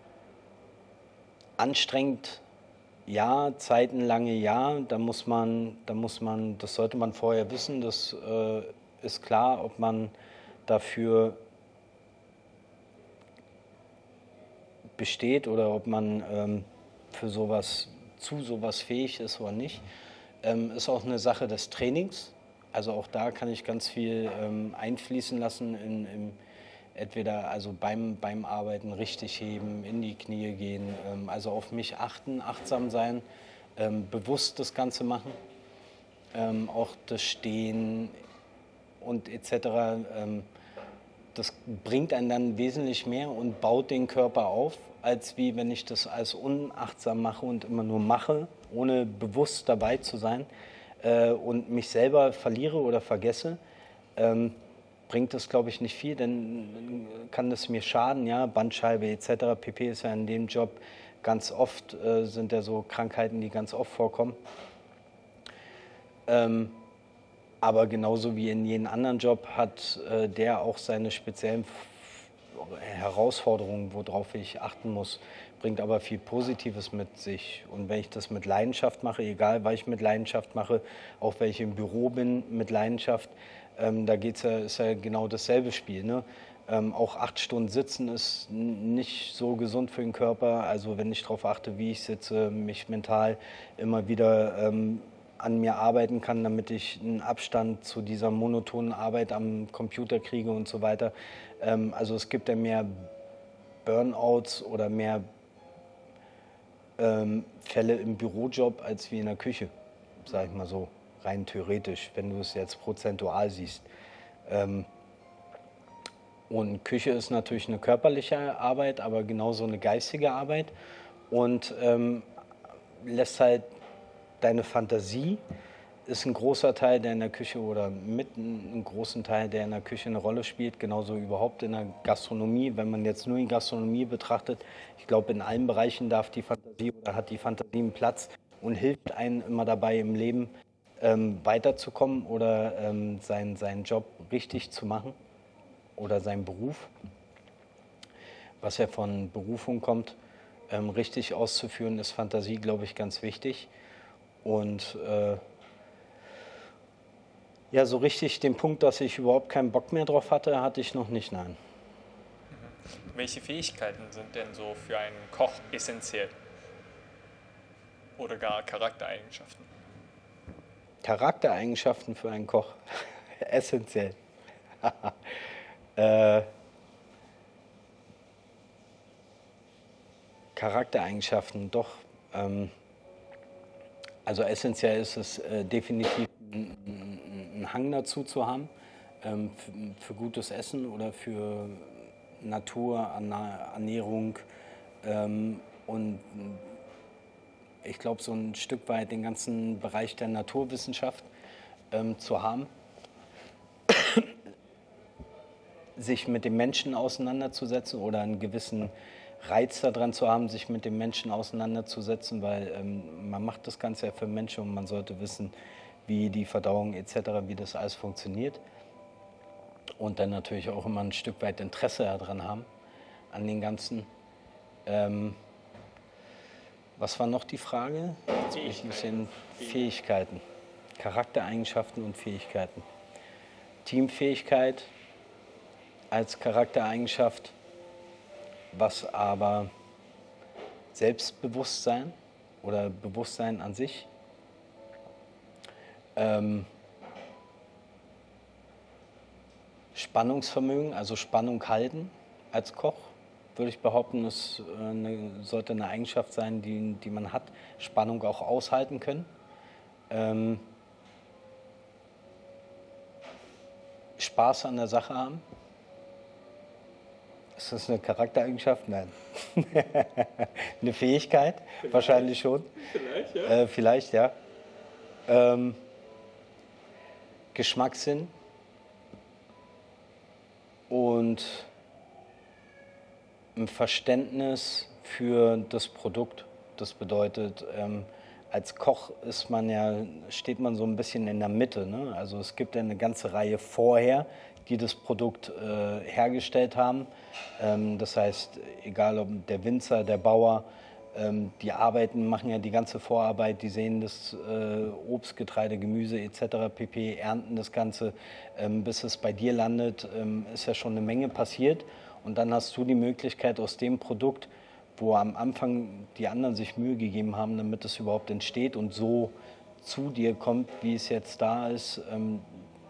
anstrengend, ja, zeitenlange, ja. Da muss man, da muss man, das sollte man vorher wissen. Das äh, ist klar, ob man dafür besteht oder ob man ähm, für sowas zu sowas fähig ist oder nicht. Ähm, ist auch eine Sache des Trainings. Also auch da kann ich ganz viel ähm, einfließen lassen in, in entweder also beim, beim Arbeiten richtig heben, in die Knie gehen, ähm, also auf mich achten, achtsam sein, ähm, bewusst das Ganze machen, ähm, auch das Stehen und et cetera. Ähm, das bringt einen dann wesentlich mehr und baut den Körper auf, als wie wenn ich das als unachtsam mache und immer nur mache, ohne bewusst dabei zu sein äh, und mich selber verliere oder vergesse. Ähm, bringt das, glaube ich, nicht viel, dann kann das mir schaden, ja, Bandscheibe et cetera. pp. Ist ja in dem Job ganz oft, äh, sind ja so Krankheiten, die ganz oft vorkommen. Ähm, aber genauso wie in jedem anderen Job hat äh, der auch seine speziellen Herausforderungen, worauf ich achten muss, bringt aber viel Positives mit sich. Und wenn ich das mit Leidenschaft mache, egal was ich mit Leidenschaft mache, auch wenn ich im Büro bin mit Leidenschaft, ähm, da geht's ja, ist ja genau dasselbe Spiel. Ne? Ähm, auch acht Stunden sitzen ist nicht so gesund für den Körper. Also wenn ich darauf achte, wie ich sitze, mich mental immer wieder ähm, an mir arbeiten kann, damit ich einen Abstand zu dieser monotonen Arbeit am Computer kriege und so weiter. Ähm, also es gibt ja mehr Burnouts oder mehr ähm, Fälle im Bürojob als wie in der Küche, sage ich mal so, rein theoretisch, wenn du es jetzt prozentual siehst. Ähm, und Küche ist natürlich eine körperliche Arbeit, aber genauso eine geistige Arbeit und ähm, lässt halt deine Fantasie ist ein großer Teil, der in der Küche oder mit einem großen Teil, der in der Küche eine Rolle spielt, genauso überhaupt in der Gastronomie. Wenn man jetzt nur die Gastronomie betrachtet, ich glaube, in allen Bereichen darf die Fantasie oder hat die Fantasie einen Platz und hilft einem immer dabei im Leben ähm, weiterzukommen oder ähm, sein, seinen Job richtig zu machen oder seinen Beruf, was ja von Berufung kommt, ähm, richtig auszuführen, ist Fantasie, glaube ich, ganz wichtig. Und äh, ja, so richtig den Punkt, dass ich überhaupt keinen Bock mehr drauf hatte, hatte ich noch nicht, nein. Mhm. Welche Fähigkeiten sind denn so für einen Koch essentiell? Oder gar Charaktereigenschaften? Charaktereigenschaften für einen Koch, essentiell. äh, Charaktereigenschaften, doch. Ähm, also essentiell ist es äh, definitiv einen Hang dazu zu haben, ähm, für, für gutes Essen oder für Natur, Ernährung ähm, und ich glaube, so ein Stück weit den ganzen Bereich der Naturwissenschaft ähm, zu haben, sich mit dem Menschen auseinanderzusetzen oder einen gewissen Reiz daran zu haben, sich mit dem Menschen auseinanderzusetzen, weil ähm, man macht das Ganze ja für Menschen und man sollte wissen, wie die Verdauung et cetera, wie das alles funktioniert. Und dann natürlich auch immer ein Stück weit Interesse daran haben, an den ganzen. Ähm, was war noch die Frage? Jetzt bin ich ein bisschen Fähigkeiten, Charaktereigenschaften und Fähigkeiten. Teamfähigkeit als Charaktereigenschaft, was aber Selbstbewusstsein oder Bewusstsein an sich. Ähm, Spannungsvermögen, also Spannung halten als Koch, würde ich behaupten, das äh, eine, sollte eine Eigenschaft sein, die, die man hat. Spannung auch aushalten können. Ähm, Spaß an der Sache haben. Ist das eine Charaktereigenschaft? Nein. Eine Fähigkeit? Vielleicht. Wahrscheinlich schon. Vielleicht, ja. Äh, vielleicht, ja. Ähm, Geschmackssinn und ein Verständnis für das Produkt. Das bedeutet, ähm, als Koch ist man ja, steht man so ein bisschen in der Mitte. Ne? Also es gibt ja eine ganze Reihe vorher, die das Produkt äh, hergestellt haben. Ähm, das heißt, egal ob der Winzer, der Bauer, ähm, die arbeiten, machen ja die ganze Vorarbeit, die sehen das äh, Obst, Getreide, Gemüse et cetera pp., ernten das Ganze, ähm, bis es bei dir landet, ähm, ist ja schon eine Menge passiert. Und dann hast du die Möglichkeit, aus dem Produkt, wo am Anfang die anderen sich Mühe gegeben haben, damit es überhaupt entsteht und so zu dir kommt, wie es jetzt da ist, ähm,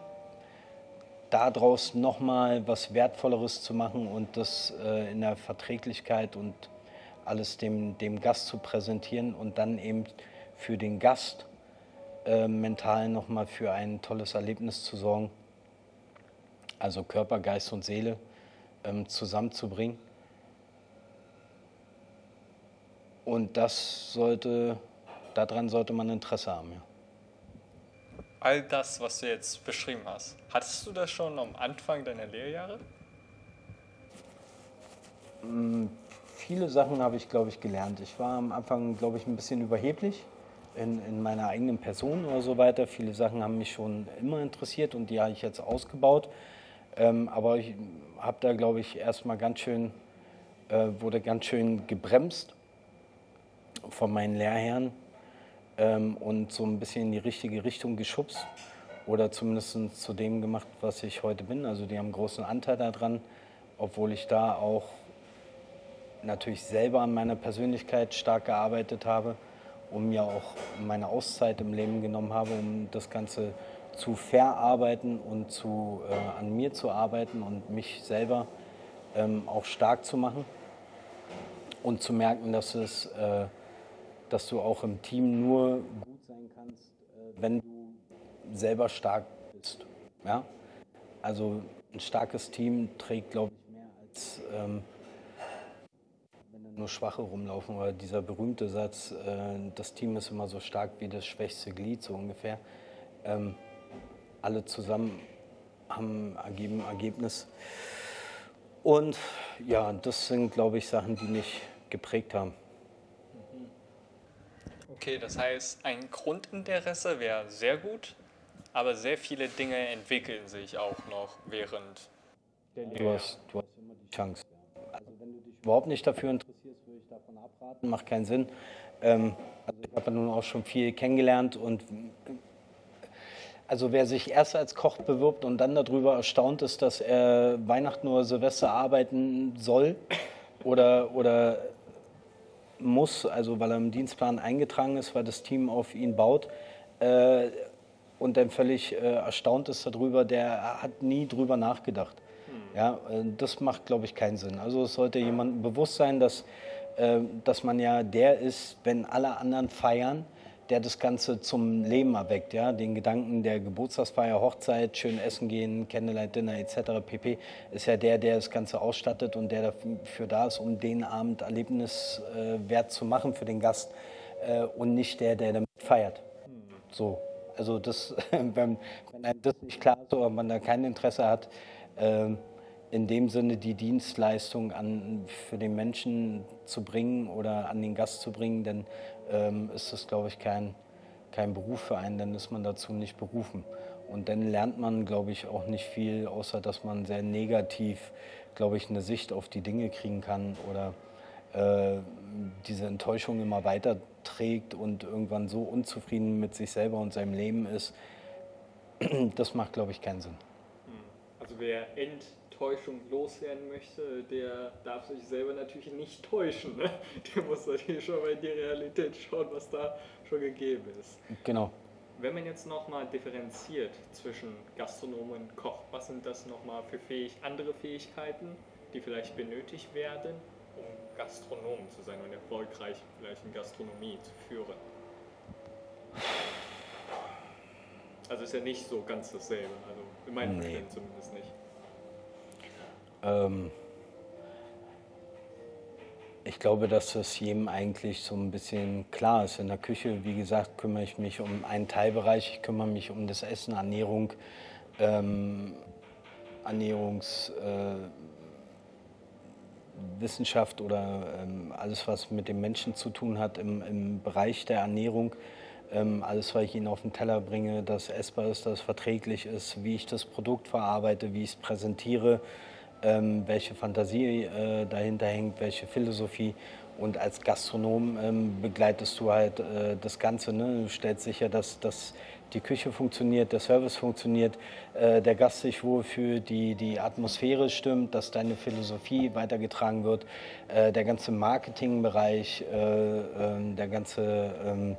daraus nochmal was Wertvolleres zu machen und das äh, in der Verträglichkeit und alles dem, dem Gast zu präsentieren und dann eben für den Gast äh, mental nochmal für ein tolles Erlebnis zu sorgen. Also Körper, Geist und Seele ähm, zusammenzubringen. Und das sollte, daran sollte man Interesse haben, ja. All das, was du jetzt beschrieben hast, hattest du das schon am Anfang deiner Lehrjahre? Viele Sachen habe ich, glaube ich, gelernt. Ich war am Anfang, glaube ich, ein bisschen überheblich in, in meiner eigenen Person oder so weiter. Viele Sachen haben mich schon immer interessiert und die habe ich jetzt ausgebaut. Ähm, aber ich habe da, glaube ich, erstmal ganz schön, äh, wurde ganz schön gebremst von meinen Lehrherren ähm, und so ein bisschen in die richtige Richtung geschubst oder zumindest zu dem gemacht, was ich heute bin. Also die haben einen großen Anteil daran, obwohl ich da auch natürlich selber an meiner Persönlichkeit stark gearbeitet habe, um mir auch meine Auszeit im Leben genommen habe, um das Ganze zu verarbeiten und zu, äh, an mir zu arbeiten und mich selber ähm, auch stark zu machen und zu merken, dass, es, äh, dass du auch im Team nur gut sein kannst, äh, wenn du selber stark bist. Ja? Also ein starkes Team trägt, glaube ich, mehr als ähm, nur Schwache rumlaufen, oder dieser berühmte Satz, äh, das Team ist immer so stark wie das schwächste Glied, so ungefähr. Ähm, alle zusammen haben ergeben Ergebnis. Und ja, das sind, glaube ich, Sachen, die mich geprägt haben. Okay, das heißt, ein Grundinteresse wäre sehr gut, aber sehr viele Dinge entwickeln sich auch noch während. Du hast, du hast immer die Chance. Also wenn du dich überhaupt nicht dafür interessierst, würde ich davon abraten, macht keinen Sinn. Ähm, also ich habe ja nun auch schon viel kennengelernt und also wer sich erst als Koch bewirbt und dann darüber erstaunt ist, dass er Weihnachten oder Silvester arbeiten soll oder, oder muss, also weil er im Dienstplan eingetragen ist, weil das Team auf ihn baut äh, und dann völlig äh, erstaunt ist darüber, der hat nie drüber nachgedacht. Ja, äh, das macht, glaube ich, keinen Sinn. Also es sollte jemandem bewusst sein, dass, äh, dass man ja der ist, wenn alle anderen feiern, der das Ganze zum Leben erweckt, ja, den Gedanken der Geburtstagsfeier, Hochzeit, schön essen gehen, Candlelight Dinner et cetera pp. Ist ja der, der das Ganze ausstattet und der dafür da ist, um den Abend erlebniswert äh, zu machen für den Gast äh, und nicht der, der damit feiert. So, also das, wenn, wenn einem das nicht klar ist oder man da kein Interesse hat, äh, in dem Sinne die Dienstleistung an, für den Menschen zu bringen oder an den Gast zu bringen, dann ähm, ist das, glaube ich, kein, kein Beruf für einen, dann ist man dazu nicht berufen. Und dann lernt man, glaube ich, auch nicht viel, außer dass man sehr negativ, glaube ich, eine Sicht auf die Dinge kriegen kann oder äh, diese Enttäuschung immer weiter trägt und irgendwann so unzufrieden mit sich selber und seinem Leben ist. Das macht, glaube ich, keinen Sinn. Also wer Enttäuschung loswerden möchte, der darf sich selber natürlich nicht täuschen. Ne? Der muss natürlich schon mal in die Realität schauen, was da schon gegeben ist. Genau. Wenn man jetzt nochmal differenziert zwischen Gastronom und Koch, was sind das nochmal für fähig, andere Fähigkeiten, die vielleicht benötigt werden, um Gastronom zu sein und erfolgreich vielleicht in Gastronomie zu führen? Also ist ja nicht so ganz dasselbe, also in meinem Nee. Verständnis zumindest nicht. Ähm, ich glaube, dass das jedem eigentlich so ein bisschen klar ist. In der Küche, wie gesagt, kümmere ich mich um einen Teilbereich. Ich kümmere mich um das Essen, Ernährung, ähm, Ernährungswissenschaft äh, oder ähm, alles, was mit dem Menschen zu tun hat im, im Bereich der Ernährung. Ähm, alles, was ich ihnen auf den Teller bringe, das essbar ist, das verträglich ist, wie ich das Produkt verarbeite, wie ich es präsentiere. Ähm, welche Fantasie äh, dahinter hängt, welche Philosophie Und als Gastronom ähm, begleitest du halt äh, das Ganze. Ne? Du stellst sicher, dass, dass die Küche funktioniert, der Service funktioniert, äh, der Gast sich wohlfühlt, die, die Atmosphäre stimmt, dass deine Philosophie weitergetragen wird, äh, der ganze Marketingbereich, äh, äh, der ganze, ähm,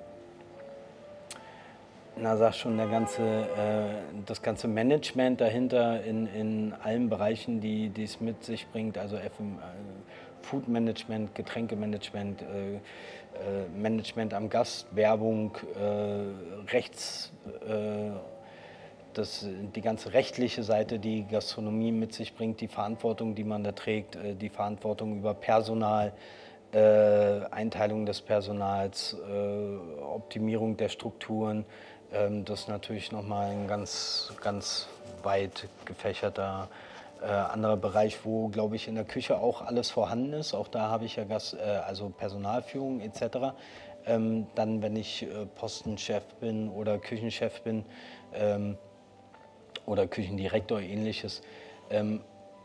na sag schon, der ganze, äh, das ganze Management dahinter in, in allen Bereichen, die die es mit sich bringt, also F M, äh, Food Management, Getränkemanagement, äh, äh, Management am Gast, Werbung, äh, Rechts, äh, das, die ganze rechtliche Seite, die Gastronomie mit sich bringt, die Verantwortung, die man da trägt, äh, die Verantwortung über Personal, äh, Einteilung des Personals, äh, Optimierung der Strukturen. Ähm, das ist natürlich nochmal ein ganz, ganz weit gefächerter Äh, anderer Bereich, wo, glaube ich, in der Küche auch alles vorhanden ist. Auch da habe ich ja Gas, äh, also Personalführung et cetera. Ähm, dann, wenn ich äh, Postenchef bin oder Küchenchef bin ähm, oder Küchendirektor ähnliches, ähm,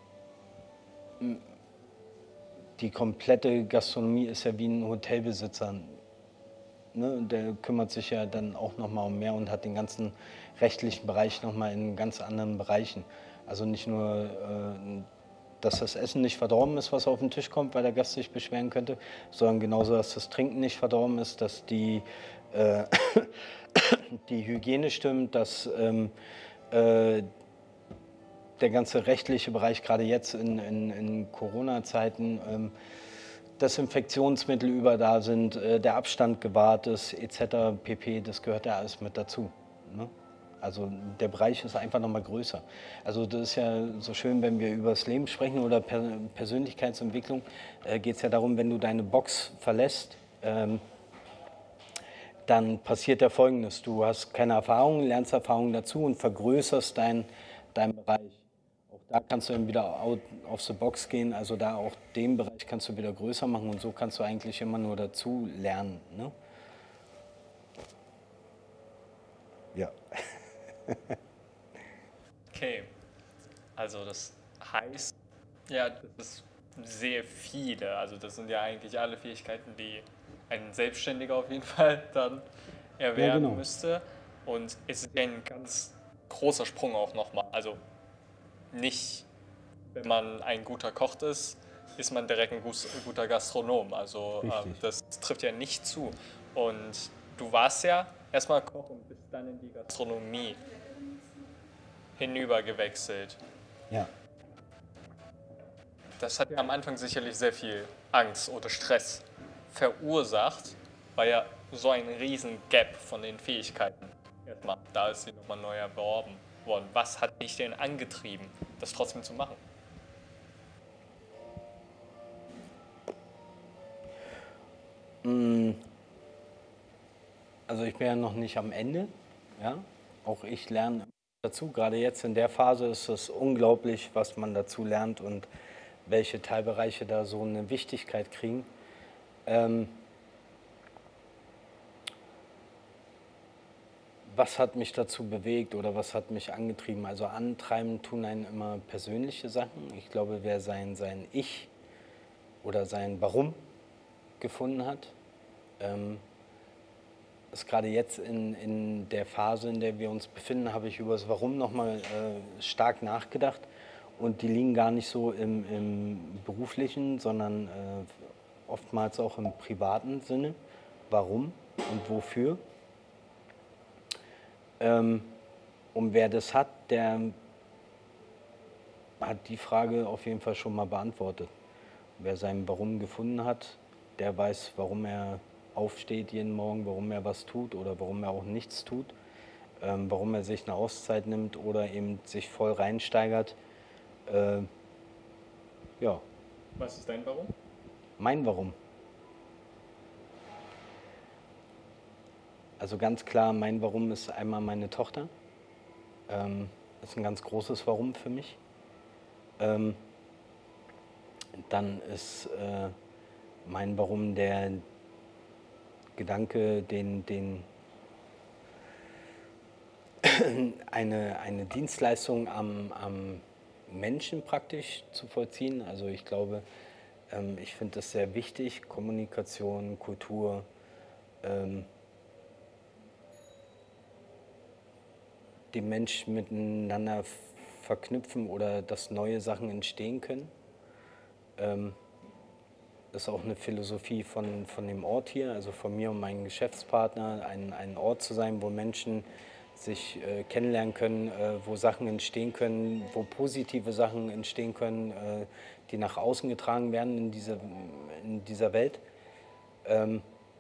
die komplette Gastronomie ist ja wie ein Hotelbesitzer. Ne? Der kümmert sich ja dann auch nochmal um mehr und hat den ganzen rechtlichen Bereich nochmal in ganz anderen Bereichen. Also nicht nur, äh, dass das Essen nicht verdorben ist, was auf den Tisch kommt, weil der Gast sich beschweren könnte, sondern genauso, dass das Trinken nicht verdorben ist, dass die, äh, die Hygiene stimmt, dass ähm, äh, der ganze rechtliche Bereich, gerade jetzt in, in, in Corona-Zeiten, ähm, Desinfektionsmittel über da sind, äh, der Abstand gewahrt ist, et cetera pp., das gehört ja alles mit dazu. Ne? Also der Bereich ist einfach nochmal größer. Also das ist ja so schön, wenn wir über das Leben sprechen oder per Persönlichkeitsentwicklung, äh, geht es ja darum, wenn du deine Box verlässt, ähm, dann passiert ja Folgendes. Du hast keine Erfahrung, lernst Erfahrungen dazu und vergrößerst deinen dein Bereich. Auch da kannst du dann wieder out of the box gehen, also da auch den Bereich kannst du wieder größer machen und so kannst du eigentlich immer nur dazu lernen. Ne? Ja. Okay, also das heißt, ja, das ist sehr viele, also das sind ja eigentlich alle Fähigkeiten, die ein Selbstständiger auf jeden Fall dann erwerben ja, genau. müsste. Und es ist ein ganz großer Sprung auch nochmal. Also nicht, wenn man ein guter Koch ist, ist man direkt ein guter Gastronom. Also ähm, das trifft ja nicht zu. Und du warst ja erstmal Koch und bist dann in die Gastronomie hinüber gewechselt. Ja. Das hat ja am Anfang sicherlich sehr viel Angst oder Stress verursacht, weil ja so ein riesen Gap von den Fähigkeiten erstmal, da ist sie nochmal neu erworben worden. Was hat dich denn angetrieben, das trotzdem zu machen? Also ich bin ja noch nicht am Ende, ja. Auch ich lerne dazu. Gerade jetzt in der Phase ist es unglaublich, was man dazu lernt und welche Teilbereiche da so eine Wichtigkeit kriegen. Ähm, was hat mich dazu bewegt oder was hat mich angetrieben? Also antreiben tun einen immer persönliche Sachen. Ich glaube, wer sein, sein Ich oder sein Warum gefunden hat, ähm, ist gerade jetzt in, in der Phase, in der wir uns befinden, habe ich über das Warum nochmal äh, stark nachgedacht. Und die liegen gar nicht so im, im beruflichen, sondern äh, oftmals auch im privaten Sinne. Warum und wofür? Ähm, und wer das hat, der hat die Frage auf jeden Fall schon mal beantwortet. Wer sein Warum gefunden hat, der weiß, warum er aufsteht jeden Morgen, warum er was tut oder warum er auch nichts tut, ähm, warum er sich eine Auszeit nimmt oder eben sich voll reinsteigert. Äh, ja. Was ist dein Warum? Mein Warum? Also ganz klar, mein Warum ist einmal meine Tochter. Ähm, das ist ein ganz großes Warum für mich. Ähm, dann ist äh, mein Warum der Gedanke, den, den eine, eine Dienstleistung am, am Menschen praktisch zu vollziehen. Also ich glaube, Ähm, ich finde das sehr wichtig, Kommunikation, Kultur, ähm, die Menschen miteinander f- verknüpfen oder dass neue Sachen entstehen können. Ähm, das ist auch eine Philosophie von, von dem Ort hier, also von mir und meinem Geschäftspartner, ein, ein Ort zu sein, wo Menschen sich äh, kennenlernen können, äh, wo Sachen entstehen können, wo positive Sachen entstehen können, äh, die nach außen getragen werden in, diese, in dieser Welt. Ähm,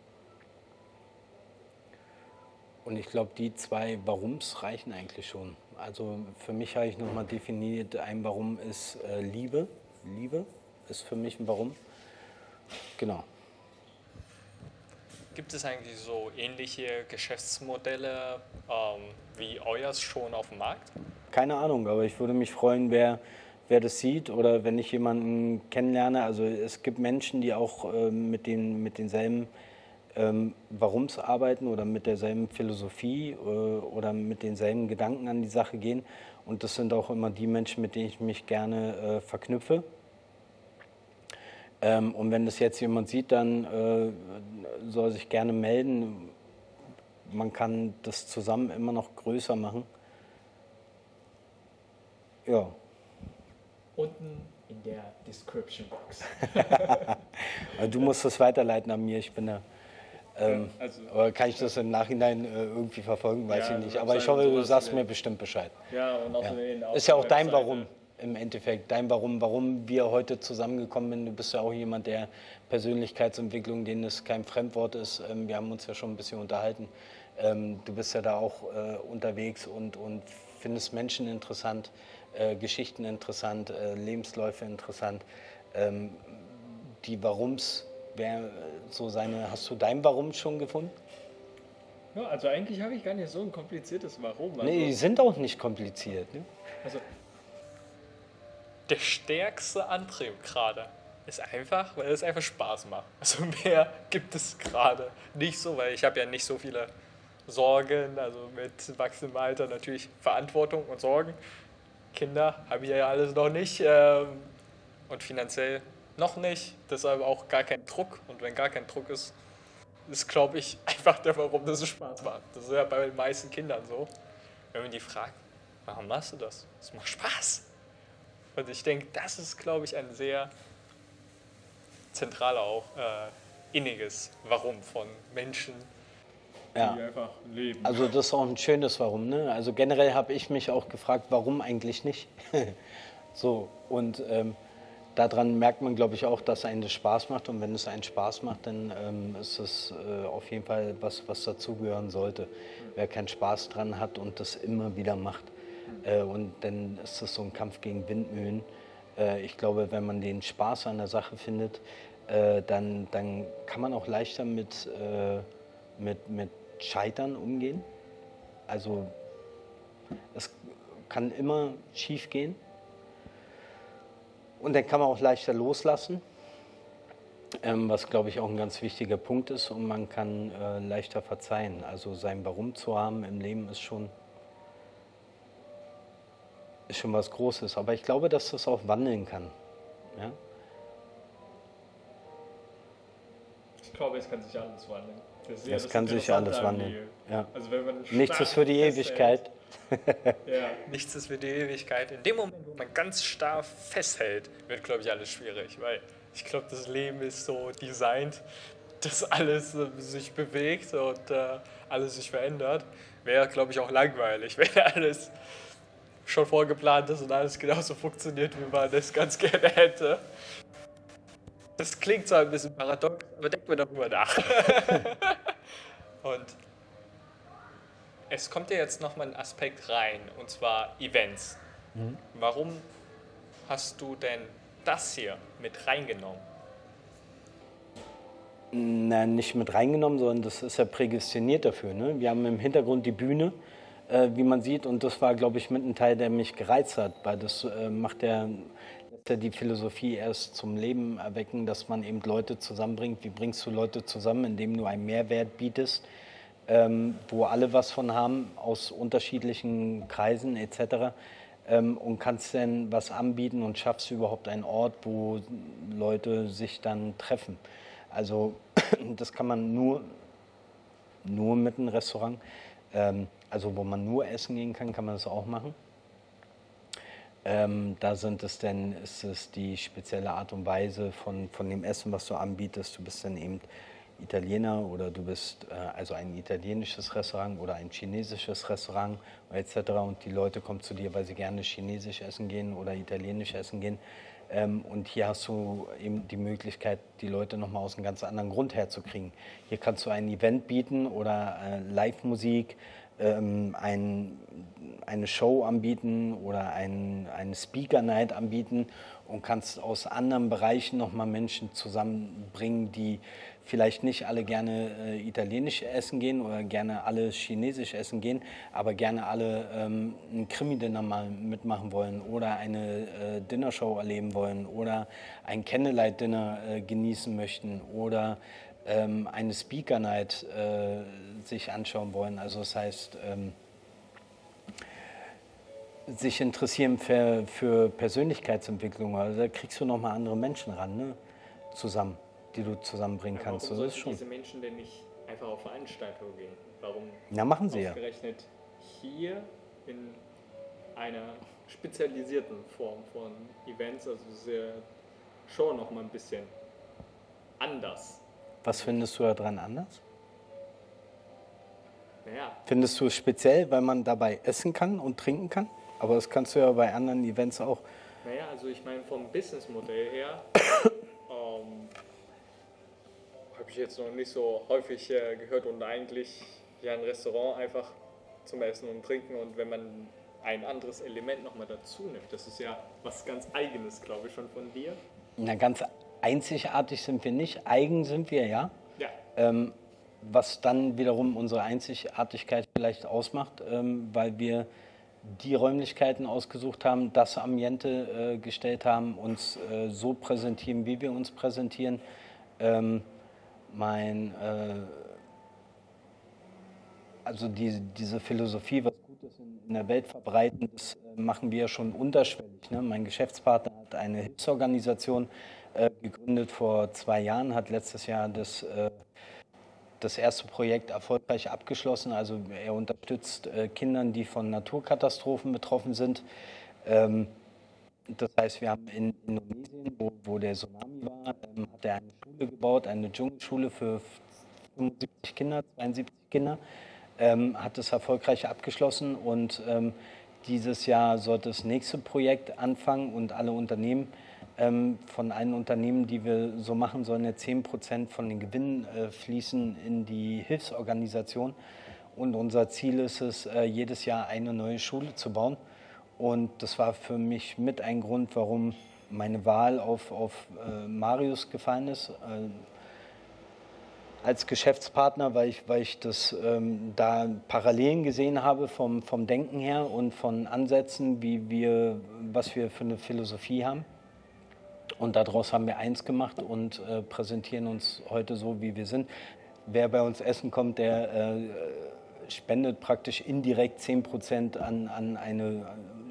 und ich glaube, die zwei Warums reichen eigentlich schon. Also für mich habe ich nochmal definiert, ein Warum ist äh, Liebe. Liebe ist für mich ein Warum. Genau. Gibt es eigentlich so ähnliche Geschäftsmodelle ähm, wie euers schon auf dem Markt? Keine Ahnung, aber ich würde mich freuen, wer, wer das sieht oder wenn ich jemanden kennenlerne. Also es gibt Menschen, die auch äh, mit, den, mit denselben ähm, Warums arbeiten oder mit derselben Philosophie äh, oder mit denselben Gedanken an die Sache gehen. Und das sind auch immer die Menschen, mit denen ich mich gerne äh, verknüpfe. Ähm, und wenn das jetzt jemand sieht, dann äh, soll sich gerne melden. Man kann das zusammen immer noch größer machen. Ja. Unten in der Description Box. Du musst das weiterleiten an mir, ich bin da. Ähm, Ja, also- aber kann ich das im Nachhinein äh, irgendwie verfolgen, weiß Ja, ich nicht. Webseite Aber ich hoffe, und du sowas sagst wie- mir bestimmt Bescheid. Ja, und auch Ja. den Ist ja auch dein Webseite. Warum im Endeffekt. Dein Warum, warum wir heute zusammengekommen sind. Du bist ja auch jemand, der Persönlichkeitsentwicklung, denen es kein Fremdwort ist. Ähm, wir haben uns ja schon ein bisschen unterhalten. Ähm, du bist ja da auch äh, unterwegs und, und findest Menschen interessant, äh, Geschichten interessant, äh, Lebensläufe interessant. Ähm, die Warums, wer so seine, hast du dein Warum schon gefunden? Ja, also eigentlich habe ich gar nicht so ein kompliziertes Warum. Also, Nee, die sind auch nicht kompliziert. Ne? also der stärkste Antrieb gerade ist einfach, weil es einfach Spaß macht. Also mehr gibt es gerade nicht so, weil ich habe ja nicht so viele Sorgen, also mit wachsendem Alter natürlich Verantwortung und Sorgen. Kinder habe ich ja alles noch nicht ähm, und finanziell noch nicht, deshalb auch gar kein Druck. Und wenn gar kein Druck ist, ist, glaube ich, einfach der, warum das so Spaß macht. Das ist ja bei den meisten Kindern so. Wenn man die fragt, warum machst du das? Es macht Spaß. Und ich denke, das ist, glaube ich, ein sehr zentraler, auch äh, inniges Warum von Menschen, die Ja. einfach leben. Also das ist auch ein schönes Warum. Ne? Also generell habe ich mich auch gefragt, warum eigentlich nicht? So, und ähm, daran merkt man, glaube ich, auch, dass einem das Spaß macht. Und wenn es einen Spaß macht, dann ähm, ist es äh, auf jeden Fall was, was dazugehören sollte. Wer keinen Spaß dran hat und das immer wieder macht. Äh, und dann ist das so ein Kampf gegen Windmühlen. Äh, ich glaube, wenn man den Spaß an der Sache findet, äh, dann, dann kann man auch leichter mit, äh, mit, mit Scheitern umgehen. Also es kann immer schief gehen. Und dann kann man auch leichter loslassen, ähm, was, glaube ich, auch ein ganz wichtiger Punkt ist. Und man kann äh, leichter verzeihen. Also sein Warum zu haben im Leben ist schon, ist schon was Großes. Aber ich glaube, dass das auch wandeln kann. Ja? Ich glaube, es kann sich alles wandeln. Das ist ja Es das kann sich Interessante alles an wandeln. Leben. Ja. Also wenn man Nichts ist stark für die festhält- Ewigkeit. Ja, nichts ist für die Ewigkeit. In dem Moment, wo man ganz starr festhält, wird, glaube ich, alles schwierig. Weil ich glaube, das Leben ist so designt, dass alles äh, sich bewegt und äh, alles sich verändert. Wäre, glaube ich, auch langweilig, wenn alles schon vorgeplant ist und alles genauso funktioniert, wie man das ganz gerne hätte. Das klingt zwar ein bisschen paradox, aber denkt mir darüber nach. Und es kommt ja jetzt nochmal ein Aspekt rein, und zwar Events. Mhm. Warum hast du denn das hier mit reingenommen? Na, nicht mit reingenommen, sondern das ist ja prädestiniert dafür. Ne? Wir haben im Hintergrund die Bühne, äh, wie man sieht, und das war, glaube ich, mit ein Teil, der mich gereizt hat, weil das äh, macht ja, lässt ja die Philosophie erst zum Leben erwecken, dass man eben Leute zusammenbringt. Wie bringst du Leute zusammen, indem du einen Mehrwert bietest, ähm, wo alle was von haben, aus unterschiedlichen Kreisen et cetera. ähm, und kannst dann was anbieten und schaffst überhaupt einen Ort, wo Leute sich dann treffen. Also das kann man nur, nur mit einem Restaurant, ähm, also wo man nur essen gehen kann, kann man das auch machen. Ähm, da sind es dann, ist es die spezielle Art und Weise von, von dem Essen, was du anbietest. Du bist dann eben Italiener oder du bist äh, also ein italienisches Restaurant oder ein chinesisches Restaurant et cetera. Und die Leute kommen zu dir, weil sie gerne chinesisch essen gehen oder italienisch essen gehen. Ähm, und hier hast du eben die Möglichkeit, die Leute nochmal aus einem ganz anderen Grund herzukriegen. Hier kannst du ein Event bieten oder äh, Live-Musik, ähm, ein, eine Show anbieten oder ein, eine Speaker-Night anbieten und kannst aus anderen Bereichen nochmal Menschen zusammenbringen, die vielleicht nicht alle gerne äh, italienisch essen gehen oder gerne alle chinesisch essen gehen, aber gerne alle ähm, ein Krimi-Dinner mal mitmachen wollen oder eine äh, Dinnershow erleben wollen oder ein Candlelight-Dinner äh, genießen möchten oder ähm, eine Speaker-Night äh, sich anschauen wollen. Also das heißt, ähm, sich interessieren für, für Persönlichkeitsentwicklung. Also da kriegst du nochmal andere Menschen ran, ne? Zusammen, die du zusammenbringen Aber kannst. warum Das ist sollten schon. diese Menschen denn nicht einfach auf Veranstaltungen gehen? Warum Na, machen sie ja. ausgerechnet hier in einer spezialisierten Form von Events? Also es ist ja schon noch mal ein bisschen anders. Was findest du daran anders? Naja, Findest du es speziell, weil man dabei essen kann und trinken kann? Aber das kannst du ja bei anderen Events auch. naja, also ich meine vom Businessmodell her ähm, habe ich jetzt noch nicht so häufig äh, gehört und eigentlich ja ein Restaurant einfach zum Essen und Trinken und wenn man ein anderes Element nochmal dazu nimmt, das ist ja was ganz Eigenes, glaube ich, schon von dir. Na, ganz einzigartig sind wir nicht. Eigen sind wir, ja. Ja, Ähm, was dann wiederum unsere Einzigartigkeit vielleicht ausmacht, ähm, weil wir die Räumlichkeiten ausgesucht haben, das Ambiente äh, gestellt haben, uns äh, so präsentieren, wie wir uns präsentieren. Ähm, mein, äh, also die, diese Philosophie, was Gutes in, in der Welt verbreiten, das äh, machen wir schon unterschwellig. Ne? Mein Geschäftspartner hat eine Hilfsorganisation äh, gegründet vor zwei Jahren, hat letztes Jahr das äh, das erste Projekt erfolgreich abgeschlossen. Also er unterstützt äh, Kindern, die von Naturkatastrophen betroffen sind. Ähm, das heißt, wir haben in Indonesien, wo, wo der Tsunami war, ähm, hat er eine Schule gebaut, eine Dschungelschule für fünfundsiebzig Kinder, zweiundsiebzig Kinder, ähm, hat es erfolgreich abgeschlossen und ähm, dieses Jahr sollte das nächste Projekt anfangen und alle Unternehmen, ähm, von allen Unternehmen, die wir so machen, sollen ja zehn Prozent von den Gewinnen äh, fließen in die Hilfsorganisation. Und unser Ziel ist es, äh, jedes Jahr eine neue Schule zu bauen. Und das war für mich mit ein Grund, warum meine Wahl auf, auf äh, Marius gefallen ist. Äh, als Geschäftspartner, weil ich, weil ich das ähm, da Parallelen gesehen habe vom, vom Denken her und von Ansätzen, wie wir, was wir für eine Philosophie haben. Und daraus haben wir eins gemacht und äh, präsentieren uns heute so, wie wir sind. Wer bei uns essen kommt, der äh, spendet praktisch indirekt zehn Prozent an, an eine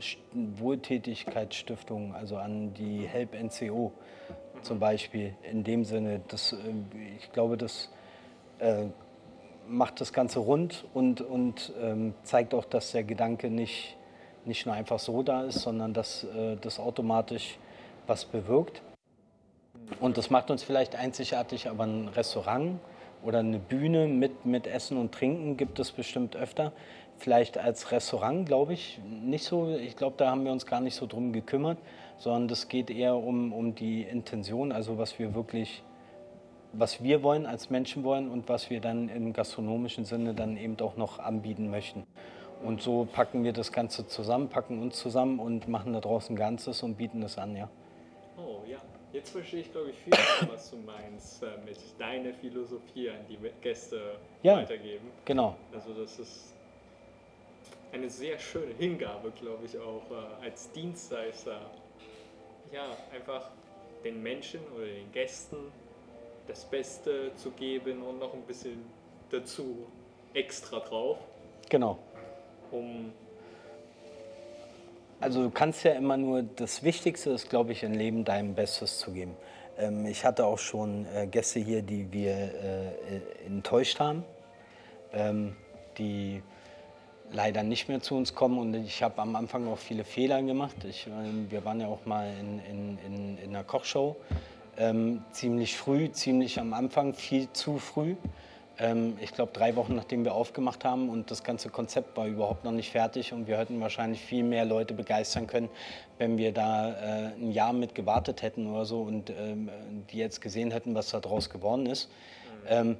Wohltätigkeitsstiftung, also an die Help N C O zum Beispiel. In dem Sinne, das, äh, ich glaube, das äh, macht das Ganze rund und, und ähm, zeigt auch, dass der Gedanke nicht, nicht nur einfach so da ist, sondern dass äh, das automatisch was bewirkt. Und das macht uns vielleicht einzigartig, aber ein Restaurant oder eine Bühne mit, mit Essen und Trinken gibt es bestimmt öfter. Vielleicht als Restaurant, glaube ich, nicht so. Ich glaube, da haben wir uns gar nicht so drum gekümmert, sondern das geht eher um, um die Intention, also was wir wirklich, was wir wollen, als Menschen wollen und was wir dann im gastronomischen Sinne dann eben auch noch anbieten möchten. Und so packen wir das Ganze zusammen, packen uns zusammen und machen da draußen Ganzes und bieten das an, ja. Oh ja, jetzt verstehe ich, glaube ich, viel mehr, was du meinst äh, mit deiner Philosophie an die Gäste Ja, weitergeben. Genau. Also das ist eine sehr schöne Hingabe, glaube ich, auch äh, als Dienstleister. Ja, einfach den Menschen oder den Gästen das Beste zu geben und noch ein bisschen dazu extra drauf, Genau. um Also du kannst ja immer nur, das Wichtigste ist, glaube ich, im Leben dein Bestes zu geben. Ähm, ich hatte auch schon äh, Gäste hier, die wir äh, enttäuscht haben, ähm, die leider nicht mehr zu uns kommen. Und ich habe am Anfang auch viele Fehler gemacht. Ich, äh, wir waren ja auch mal in, in, in, in einer Kochshow, ähm, ziemlich früh, ziemlich am Anfang, viel zu früh. Ähm, ich glaube, drei Wochen nachdem wir aufgemacht haben und das ganze Konzept war überhaupt noch nicht fertig und wir hätten wahrscheinlich viel mehr Leute begeistern können, wenn wir da äh, ein Jahr mit gewartet hätten oder so und ähm, die jetzt gesehen hätten, was da draus geworden ist. Mhm. Ähm,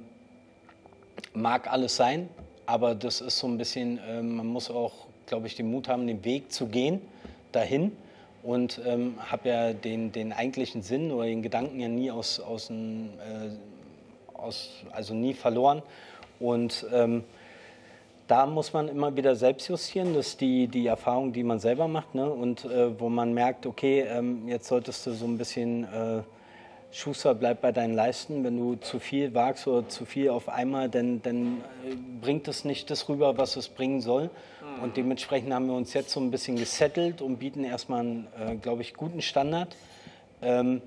mag alles sein, aber das ist so ein bisschen, äh, man muss auch, glaube ich, den Mut haben, den Weg zu gehen dahin. Und ähm, habe ja den, den eigentlichen Sinn oder den Gedanken ja nie aus, aus, dem, äh, aus also nie verloren. Und ähm, da muss man immer wieder selbst justieren. Das ist die, die Erfahrung, die man selber macht. Ne? Und äh, wo man merkt, okay, ähm, jetzt solltest du so ein bisschen, äh, Schuster, bleib bei deinen Leisten. Wenn du zu viel wagst oder zu viel auf einmal, dann, dann äh, bringt es nicht das rüber, was es bringen soll. Und dementsprechend haben wir uns jetzt so ein bisschen gesettelt und bieten erstmal einen, äh, glaube ich, guten Standard. Ähm,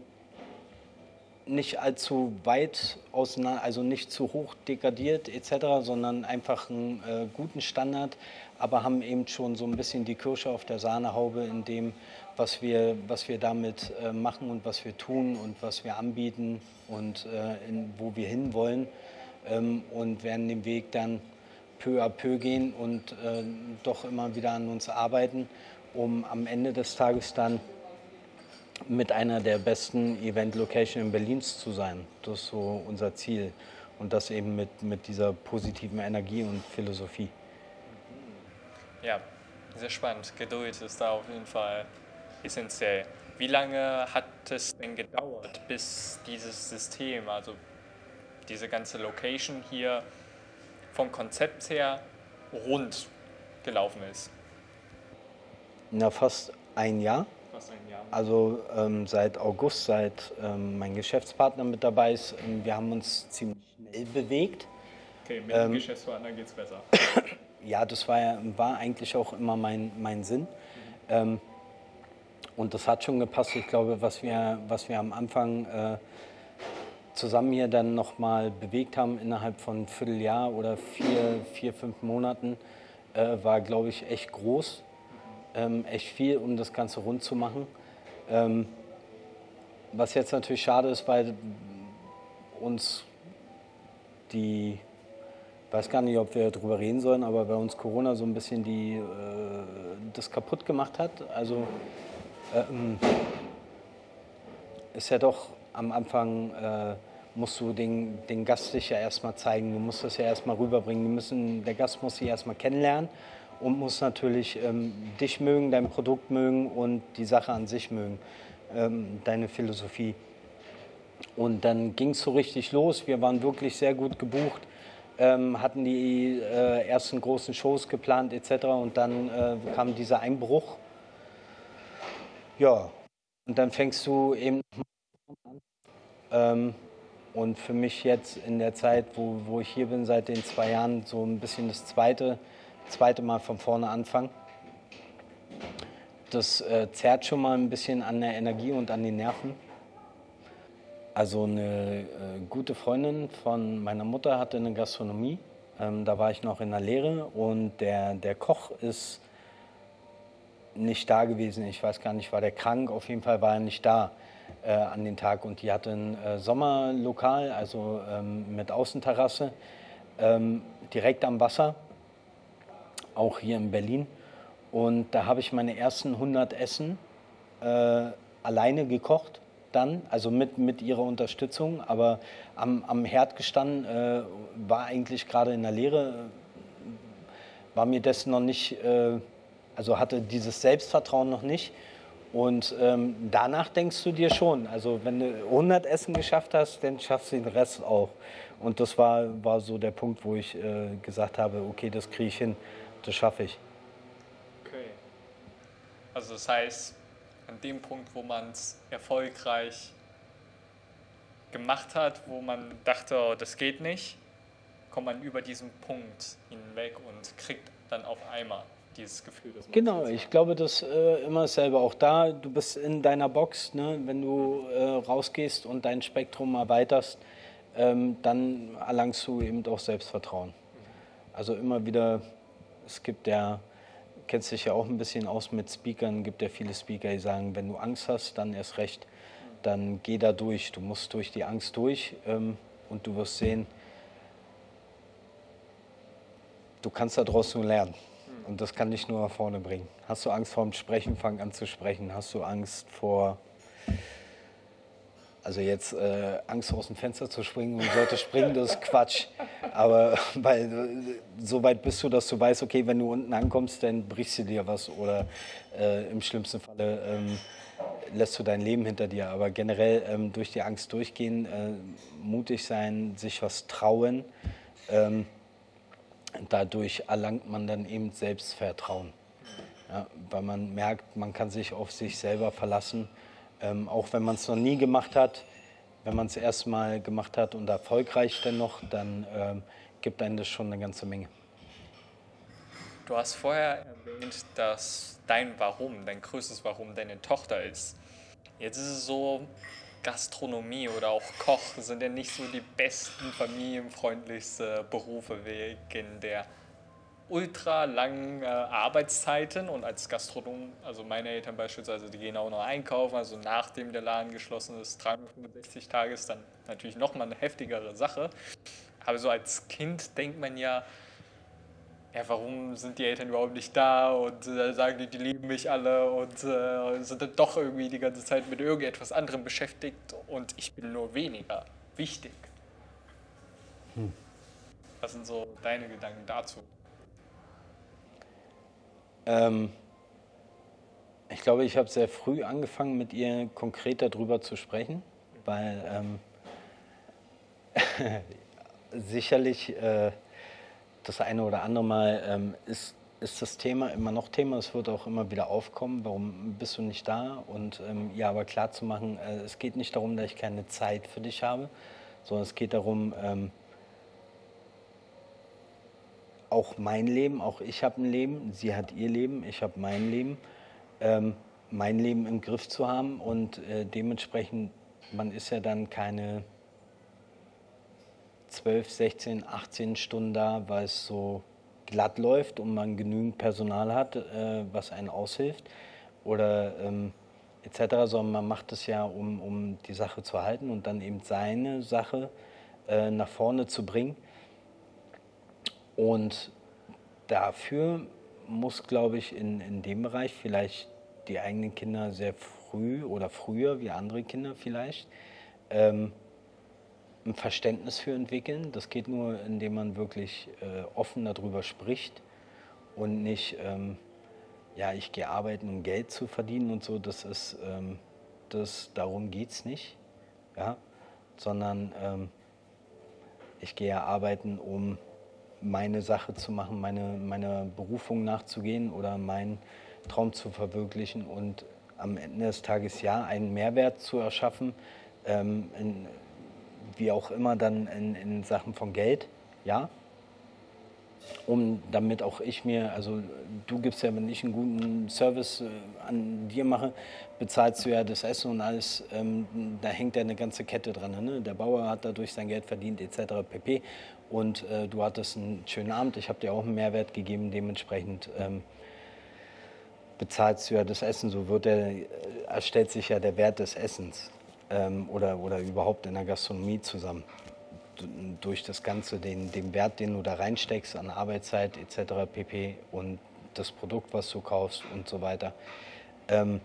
nicht allzu weit auseinander, also nicht zu hoch degradiert et cetera, sondern einfach einen äh, guten Standard, aber haben eben schon so ein bisschen die Kirsche auf der Sahnehaube in dem, was wir, was wir damit äh, machen und was wir tun und was wir anbieten und äh, in, wo wir hinwollen ähm, und werden den Weg dann peu à peu gehen und äh, doch immer wieder an uns arbeiten, um am Ende des Tages dann mit einer der besten Event-Locations in Berlins zu sein. Das ist so unser Ziel. Und das eben mit, mit dieser positiven Energie und Philosophie. Ja, sehr spannend. Geduld ist da auf jeden Fall essentiell. Wie lange hat es denn gedauert, bis dieses System, also diese ganze Location hier vom Konzept her rund gelaufen ist? Na, fast ein Jahr. Fast ein Jahr. Also ähm, seit August, seit ähm, mein Geschäftspartner mit dabei ist. Ähm, wir haben uns ziemlich schnell bewegt. Okay, mit dem ähm, Geschäftspartner geht es besser. Ja, das war, ja, war eigentlich auch immer mein, mein Sinn. Mhm. Ähm, und das hat schon gepasst. Ich glaube, was wir, was wir am Anfang äh, zusammen hier dann nochmal bewegt haben innerhalb von einem Vierteljahr oder vier, vier fünf Monaten, äh, war, glaube ich, echt groß. Ähm, echt viel, um das Ganze rund zu machen. Ähm, was jetzt natürlich schade ist, weil uns die, ich weiß gar nicht, ob wir darüber reden sollen, aber bei uns Corona so ein bisschen die, äh, das kaputt gemacht hat. Also ähm, ist ja doch am Anfang, äh, musst du den, den Gast dich ja erstmal zeigen, du musst das ja erstmal rüberbringen, die müssen, der Gast muss sich erstmal kennenlernen. Und muss natürlich ähm, dich mögen, dein Produkt mögen und die Sache an sich mögen, ähm, deine Philosophie. Und dann ging es so richtig los. Wir waren wirklich sehr gut gebucht, ähm, hatten die äh, ersten großen Shows geplant et cetera. Und dann äh, kam dieser Einbruch. Ja, und dann fängst du eben an. Ähm, und für mich jetzt in der Zeit, wo, wo ich hier bin, seit den zwei Jahren, so ein bisschen das zweite, zweite Mal von vorne anfangen. Das äh, zerrt schon mal ein bisschen an der Energie und an den Nerven. Also eine äh, gute Freundin von meiner Mutter hatte eine Gastronomie. Ähm, da war ich noch in der Lehre und der, der Koch ist nicht da gewesen. Ich weiß gar nicht, war der krank? Auf jeden Fall war er nicht da äh, an den Tag. Und die hatte ein äh, Sommerlokal, also ähm, mit Außenterrasse, ähm, direkt am Wasser. Auch hier in Berlin. Und da habe ich meine ersten hundert Essen äh, alleine gekocht, dann, also mit, mit ihrer Unterstützung, aber am, am Herd gestanden, äh, war eigentlich gerade in der Lehre, war mir dessen noch nicht, äh, also hatte dieses Selbstvertrauen noch nicht. Und ähm, danach denkst du dir schon, also wenn du hundert Essen geschafft hast, dann schaffst du den Rest auch. Und das war, war so der Punkt, wo ich äh, gesagt habe, okay, das kriege ich hin. Das schaffe ich. Okay. Also das heißt, an dem Punkt, wo man es erfolgreich gemacht hat, wo man dachte, oh, das geht nicht, kommt man über diesen Punkt hinweg und kriegt dann auf einmal dieses Gefühl. Das Genau, ich glaube, das äh, immer dasselbe. Auch da, du bist in deiner Box, ne? Wenn du äh, rausgehst und dein Spektrum erweiterst, ähm, dann erlangst du eben auch Selbstvertrauen. Also immer wieder, es gibt ja, kennst dich ja auch ein bisschen aus mit Speakern, gibt ja viele Speaker, die sagen, wenn du Angst hast, dann erst recht, dann geh da durch. Du musst durch die Angst durch ähm, und du wirst sehen, du kannst daraus nur lernen. Und das kann dich nur nach vorne bringen. Hast du Angst vor dem Sprechen, fang an zu sprechen. Hast du Angst vor, also jetzt äh, Angst aus dem Fenster zu springen und sollte springen, das ist Quatsch. Aber weil äh, so weit bist du, dass du weißt, okay, wenn du unten ankommst, dann brichst du dir was oder äh, im schlimmsten Falle ähm, lässt du dein Leben hinter dir. Aber generell ähm, durch die Angst durchgehen, äh, mutig sein, sich was trauen. Ähm, Dadurch erlangt man dann eben Selbstvertrauen, ja, weil man merkt, man kann sich auf sich selber verlassen, ähm, auch wenn man es noch nie gemacht hat. Wenn man es erst mal gemacht hat und erfolgreich dennoch, dann ähm, gibt einem das schon eine ganze Menge. Du hast vorher erwähnt, dass dein Warum, dein größtes Warum deine Tochter ist. Jetzt ist es so, Gastronomie oder auch Koch sind ja nicht so die besten, familienfreundlichsten Berufe wegen der ultra langen äh, Arbeitszeiten. Und als Gastronom, also meine Eltern beispielsweise, die gehen auch noch einkaufen, also nachdem der Laden geschlossen ist, dreihundertfünfundsechzig Tage ist dann natürlich nochmal eine heftigere Sache. Aber so als Kind denkt man ja, ja, warum sind die Eltern überhaupt nicht da und äh, sagen die, die lieben mich alle und äh, sind dann doch irgendwie die ganze Zeit mit irgendetwas anderem beschäftigt und ich bin nur weniger wichtig. Hm. Was sind so deine Gedanken dazu? Ähm, ich glaube, ich habe sehr früh angefangen, mit ihr konkret darüber zu sprechen, weil ähm, sicherlich äh, das eine oder andere Mal ähm, ist, ist das Thema immer noch Thema. Es wird auch immer wieder aufkommen. Warum bist du nicht da? Und ähm, ja, aber klar zu machen, äh, es geht nicht darum, dass ich keine Zeit für dich habe, sondern es geht darum, ähm, auch mein Leben, auch ich habe ein Leben, sie hat ihr Leben, ich habe mein Leben, ähm, mein Leben im Griff zu haben und äh, dementsprechend, man ist ja dann keine zwölf, sechzehn, achtzehn Stunden da, weil es so glatt läuft und man genügend Personal hat, äh, was einen aushilft oder ähm, et cetera, sondern man macht es ja, um, um die Sache zu halten und dann eben seine Sache äh, nach vorne zu bringen. Und dafür muss, glaube ich, in, in dem Bereich vielleicht die eigenen Kinder sehr früh oder früher wie andere Kinder vielleicht ähm, ein Verständnis für entwickeln. Das geht nur, indem man wirklich äh, offen darüber spricht und nicht, ähm, ja, ich gehe arbeiten, um Geld zu verdienen und so. Das ist, ähm, das, darum geht es nicht, ja, sondern ähm, ich gehe arbeiten, um meine Sache zu machen, meine, meiner Berufung nachzugehen oder meinen Traum zu verwirklichen und am Ende des Tages ja einen Mehrwert zu erschaffen, ähm, in, wie auch immer dann in, in Sachen von Geld, ja, um damit auch ich mir, also du gibst ja, wenn ich einen guten Service äh, an dir mache, bezahlst du ja das Essen und alles, ähm, da hängt ja eine ganze Kette dran, ne? Der Bauer hat dadurch sein Geld verdient et cetera pp. Und äh, du hattest einen schönen Abend, ich habe dir auch einen Mehrwert gegeben, dementsprechend ähm, bezahlst du ja das Essen, so wird der, äh, erstellt sich ja der Wert des Essens ähm, oder, oder überhaupt in der Gastronomie zusammen. Durch das Ganze, den, den Wert, den du da reinsteckst an Arbeitszeit et cetera pp. Und das Produkt, was du kaufst und so weiter. Ähm,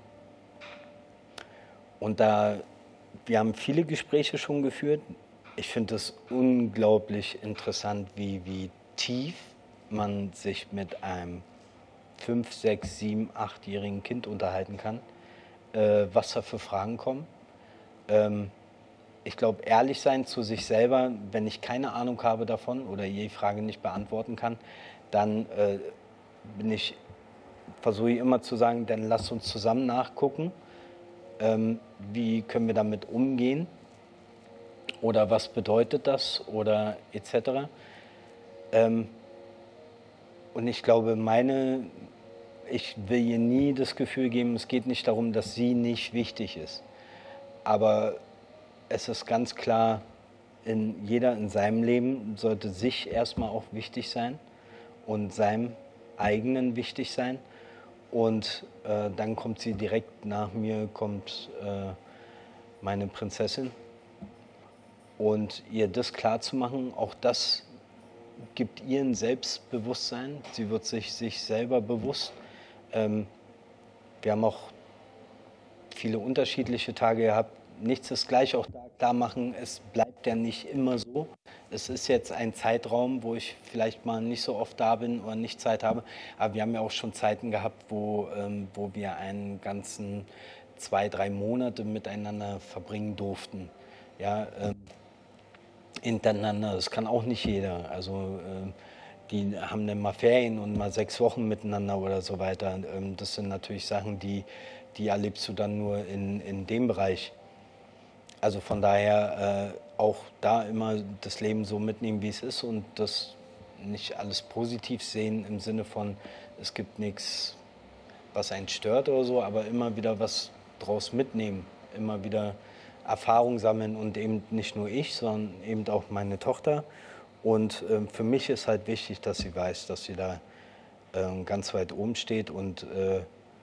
und da, wir haben viele Gespräche schon geführt. Ich finde es unglaublich interessant, wie, wie tief man sich mit einem fünf, sechs, sieben, achtjährigen Kind unterhalten kann, äh, was da für Fragen kommen. Ähm, Ich glaube, ehrlich sein zu sich selber, wenn ich keine Ahnung habe davon oder die Frage nicht beantworten kann, dann äh, bin ich, versuche ich immer zu sagen, dann lass uns zusammen nachgucken, ähm, wie können wir damit umgehen oder was bedeutet das oder et cetera. Ähm, und ich glaube, meine, ich will ihr nie das Gefühl geben, es geht nicht darum, dass sie nicht wichtig ist. Aber es ist ganz klar, in, jeder in seinem Leben sollte sich erstmal auch wichtig sein und seinem eigenen wichtig sein. Und äh, dann kommt sie direkt nach mir, kommt äh, meine Prinzessin. Und ihr das klar zu machen, auch das gibt ihr ein Selbstbewusstsein. Sie wird sich, sich selber bewusst. Ähm, wir haben auch viele unterschiedliche Tage gehabt. Nichts ist gleich, auch da klar machen, es bleibt ja nicht immer so. Es ist jetzt ein Zeitraum, wo ich vielleicht mal nicht so oft da bin oder nicht Zeit habe. Aber wir haben ja auch schon Zeiten gehabt, wo, ähm, wo wir einen ganzen zwei, drei Monate miteinander verbringen durften. Ja, ähm, hintereinander. Das kann auch nicht jeder. Also äh, die haben dann mal Ferien und mal sechs Wochen miteinander oder so weiter. Ähm, das sind natürlich Sachen, die, die erlebst du dann nur in, in dem Bereich. Also von daher äh, auch da immer das Leben so mitnehmen, wie es ist und das nicht alles positiv sehen im Sinne von, es gibt nichts, was einen stört oder so, aber immer wieder was draus mitnehmen, immer wieder Erfahrung sammeln und eben nicht nur ich, sondern eben auch meine Tochter. Und äh, für mich ist halt wichtig, dass sie weiß, dass sie da äh, ganz weit oben steht und äh,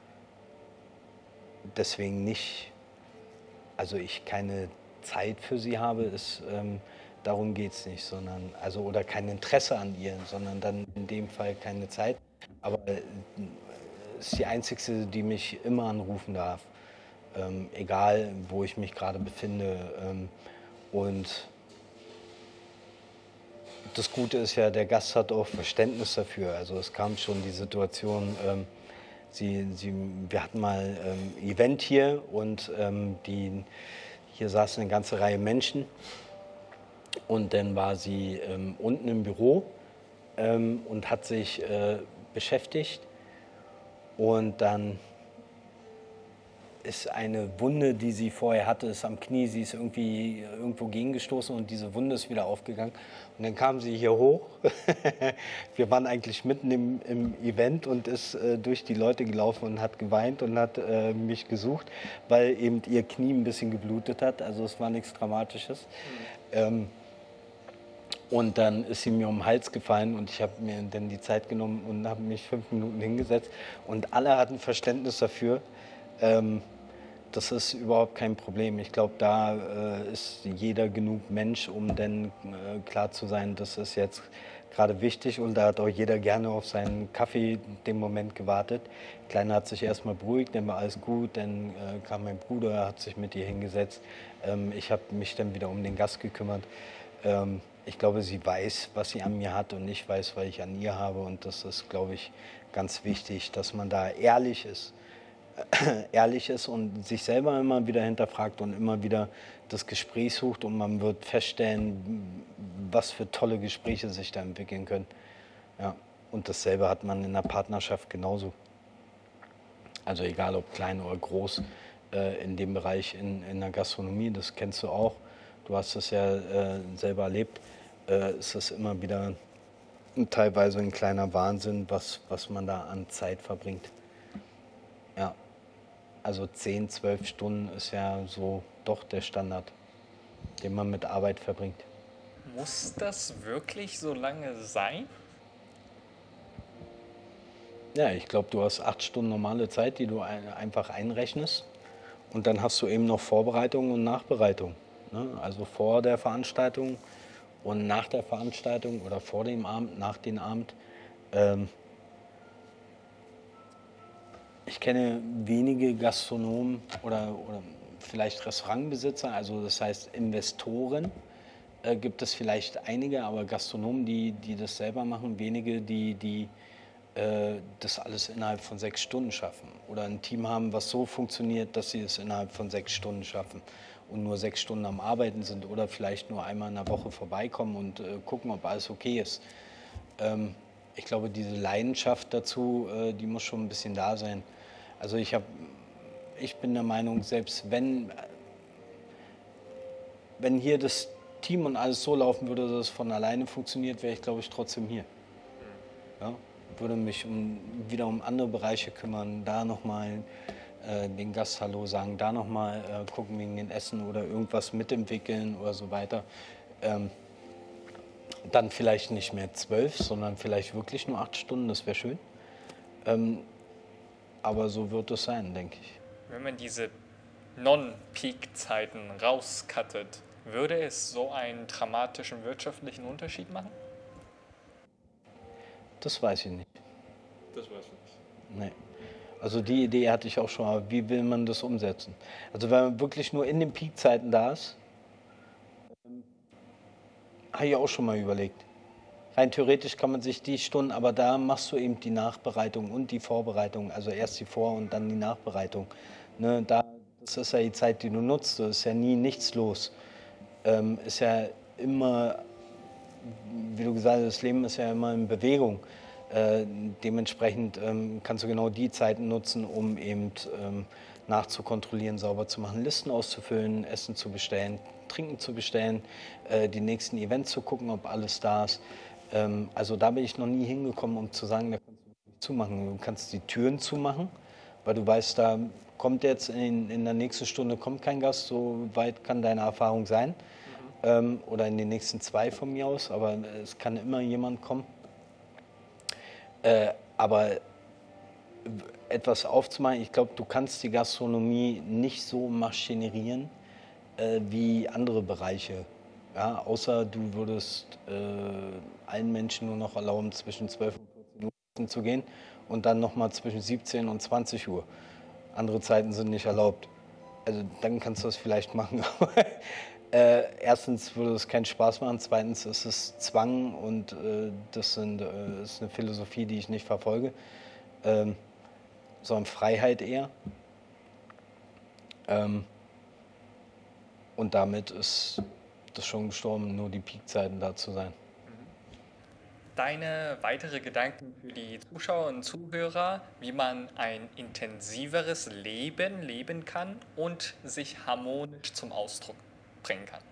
deswegen nicht, also ich keine Zeit für sie habe, ist, ähm, darum geht es nicht, sondern, also oder kein Interesse an ihr, sondern dann in dem Fall keine Zeit. Aber äh, ist die Einzige, die mich immer anrufen darf. Ähm, egal, wo ich mich gerade befinde. Ähm, und das Gute ist ja, der Gast hat auch Verständnis dafür. Also es kam schon die Situation, ähm, sie, sie, wir hatten mal ein ähm, Event hier und ähm, die, hier saßen eine ganze Reihe Menschen. Und dann war sie ähm, unten im Büro ähm, und hat sich äh, beschäftigt. Und dann ist eine Wunde, die sie vorher hatte, ist am Knie, sie ist irgendwie irgendwo gegengestoßen und diese Wunde ist wieder aufgegangen. Und dann kam sie hier hoch. Wir waren eigentlich mitten im, im Event und ist äh, durch die Leute gelaufen und hat geweint und hat äh, mich gesucht, weil eben ihr Knie ein bisschen geblutet hat. Also es war nichts Dramatisches. Mhm. Ähm, und dann ist sie mir um den Hals gefallen und ich habe mir dann die Zeit genommen und habe mich fünf Minuten hingesetzt. Und alle hatten Verständnis dafür. Ähm, das ist überhaupt kein Problem. Ich glaube, da äh, ist jeder genug Mensch, um dann äh, klar zu sein, das ist jetzt gerade wichtig. Und da hat auch jeder gerne auf seinen Kaffee den Moment gewartet. Kleiner hat sich erstmal beruhigt, dann war alles gut. Dann äh, kam mein Bruder, hat sich mit ihr hingesetzt. Ähm, ich habe mich dann wieder um den Gast gekümmert. Ähm, ich glaube, sie weiß, was sie an mir hat und ich weiß, was ich an ihr habe. Und das ist, glaube ich, ganz wichtig, dass man da ehrlich ist. ehrlich ist und sich selber immer wieder hinterfragt und immer wieder das Gespräch sucht und man wird feststellen, was für tolle Gespräche sich da entwickeln können. Ja. Und dasselbe hat man in der Partnerschaft genauso. Also egal ob klein oder groß, äh, in dem Bereich in, in der Gastronomie, das kennst du auch. Du hast es ja äh, selber erlebt, äh, ist es immer wieder teilweise ein kleiner Wahnsinn, was, was man da an Zeit verbringt. Ja, also zehn, zwölf Stunden ist ja so doch der Standard, den man mit Arbeit verbringt. Muss das wirklich so lange sein? Ja, ich glaube, du hast acht Stunden normale Zeit, die du ein, einfach einrechnest. Und dann hast du eben noch Vorbereitung und Nachbereitung. Ne? Also vor der Veranstaltung und nach der Veranstaltung oder vor dem Abend, nach dem Abend. Ähm, Ich kenne wenige Gastronomen oder, oder vielleicht Restaurantbesitzer, also das heißt Investoren, äh, gibt es vielleicht einige, aber Gastronomen, die, die das selber machen, wenige, die, die äh, das alles innerhalb von sechs Stunden schaffen. Oder ein Team haben, was so funktioniert, dass sie es innerhalb von sechs Stunden schaffen und nur sechs Stunden am Arbeiten sind oder vielleicht nur einmal in der Woche vorbeikommen und äh, gucken, ob alles okay ist. Ähm, ich glaube, diese Leidenschaft dazu, äh, die muss schon ein bisschen da sein. Also ich, hab, ich bin der Meinung, selbst wenn, wenn hier das Team und alles so laufen würde, dass es von alleine funktioniert, wäre ich, glaube ich, trotzdem hier. Ja? würde mich um, wieder um andere Bereiche kümmern, da nochmal äh, den Gast Hallo sagen, da nochmal äh, gucken wegen den Essen oder irgendwas mitentwickeln oder so weiter. Ähm, dann vielleicht nicht mehr zwölf, sondern vielleicht wirklich nur acht Stunden, das wäre schön. Ähm, aber so wird es sein, denke ich. Wenn man diese Non-Peak-Zeiten rauskattet, würde es so einen dramatischen wirtschaftlichen Unterschied machen? Das weiß ich nicht. Das weiß ich nicht. Nee. Also die Idee hatte ich auch schon, aber wie will man das umsetzen? Also wenn man wirklich nur in den Peakzeiten da ist, ähm, habe ich auch schon mal überlegt. Rein theoretisch kann man sich die Stunden, aber da machst du eben die Nachbereitung und die Vorbereitung, also erst die Vor- und dann die Nachbereitung. Ne, da, das ist ja die Zeit, die du nutzt, da ist ja nie nichts los. Ähm, ist ja immer, wie du gesagt hast, das Leben ist ja immer in Bewegung. Äh, dementsprechend ähm, kannst du genau die Zeiten nutzen, um eben ähm, nachzukontrollieren, sauber zu machen, Listen auszufüllen, Essen zu bestellen, Trinken zu bestellen, äh, die nächsten Events zu gucken, ob alles da ist. Ähm, also da bin ich noch nie hingekommen, um zu sagen, da kannst du nicht zumachen. Du kannst die Türen zumachen, weil du weißt, da kommt jetzt in, in der nächsten Stunde kommt kein Gast, so weit kann deine Erfahrung sein. Mhm. Ähm, oder in den nächsten zwei von mir aus, aber es kann immer jemand kommen. Äh, aber etwas aufzumachen, ich glaube, du kannst die Gastronomie nicht so maschinerieren äh, wie andere Bereiche. Ja, außer du würdest äh, allen Menschen nur noch erlauben, zwischen zwölf und vierzehn Uhr zu gehen und dann nochmal zwischen siebzehn und zwanzig Uhr. Andere Zeiten sind nicht erlaubt. Also dann kannst du das vielleicht machen. Äh, erstens würde es keinen Spaß machen, zweitens ist es Zwang und äh, das sind, äh, ist eine Philosophie, die ich nicht verfolge, ähm, sondern Freiheit eher. Ähm, und damit ist das schon gestorben, nur die Peakzeiten da zu sein. Deine weitere Gedanken für die Zuschauer und Zuhörer, wie man ein intensiveres Leben leben kann und sich harmonisch zum Ausdruck bringen kann?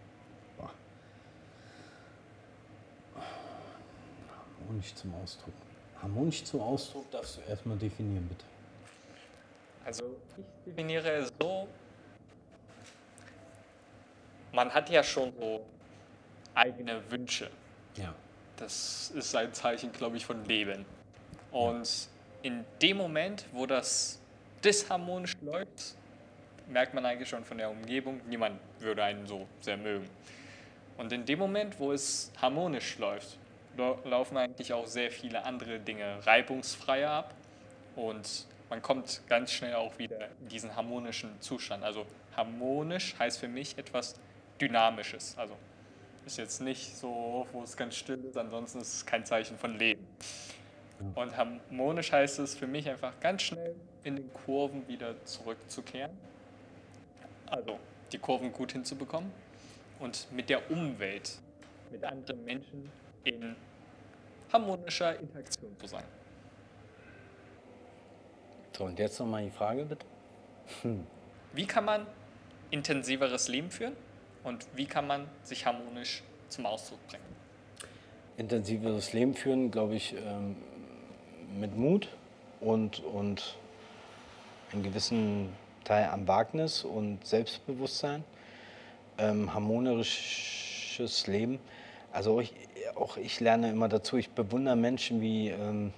Harmonisch zum Ausdruck. Harmonisch zum Ausdruck darfst du erstmal definieren, bitte. Also ich definiere es so, man hat ja schon so eigene Wünsche. Ja. Das ist ein Zeichen, glaube ich, von Leben. Und ja. in dem Moment, wo das disharmonisch läuft, merkt man eigentlich schon von der Umgebung, niemand würde einen so sehr mögen. Und in dem Moment, wo es harmonisch läuft, laufen eigentlich auch sehr viele andere Dinge reibungsfreier ab und man kommt ganz schnell auch wieder in diesen harmonischen Zustand. Also harmonisch heißt für mich etwas Dynamisches. Also ist jetzt nicht so, wo es ganz still ist, ansonsten ist es kein Zeichen von Leben. Und harmonisch heißt es für mich einfach ganz schnell in den Kurven wieder zurückzukehren. Also die Kurven gut hinzubekommen und mit der Umwelt, mit anderen Menschen in harmonischer Interaktion zu sein. So, und jetzt nochmal die Frage, bitte. Hm. Wie kann man intensiveres Leben führen und wie kann man sich harmonisch zum Ausdruck bringen? Intensiveres Leben führen, glaube ich, ähm, mit Mut und, und einen gewissen Teil an Wagnis und Selbstbewusstsein. Ähm, harmonisches Leben. Also auch ich, auch ich lerne immer dazu, ich bewundere Menschen wie, ähm,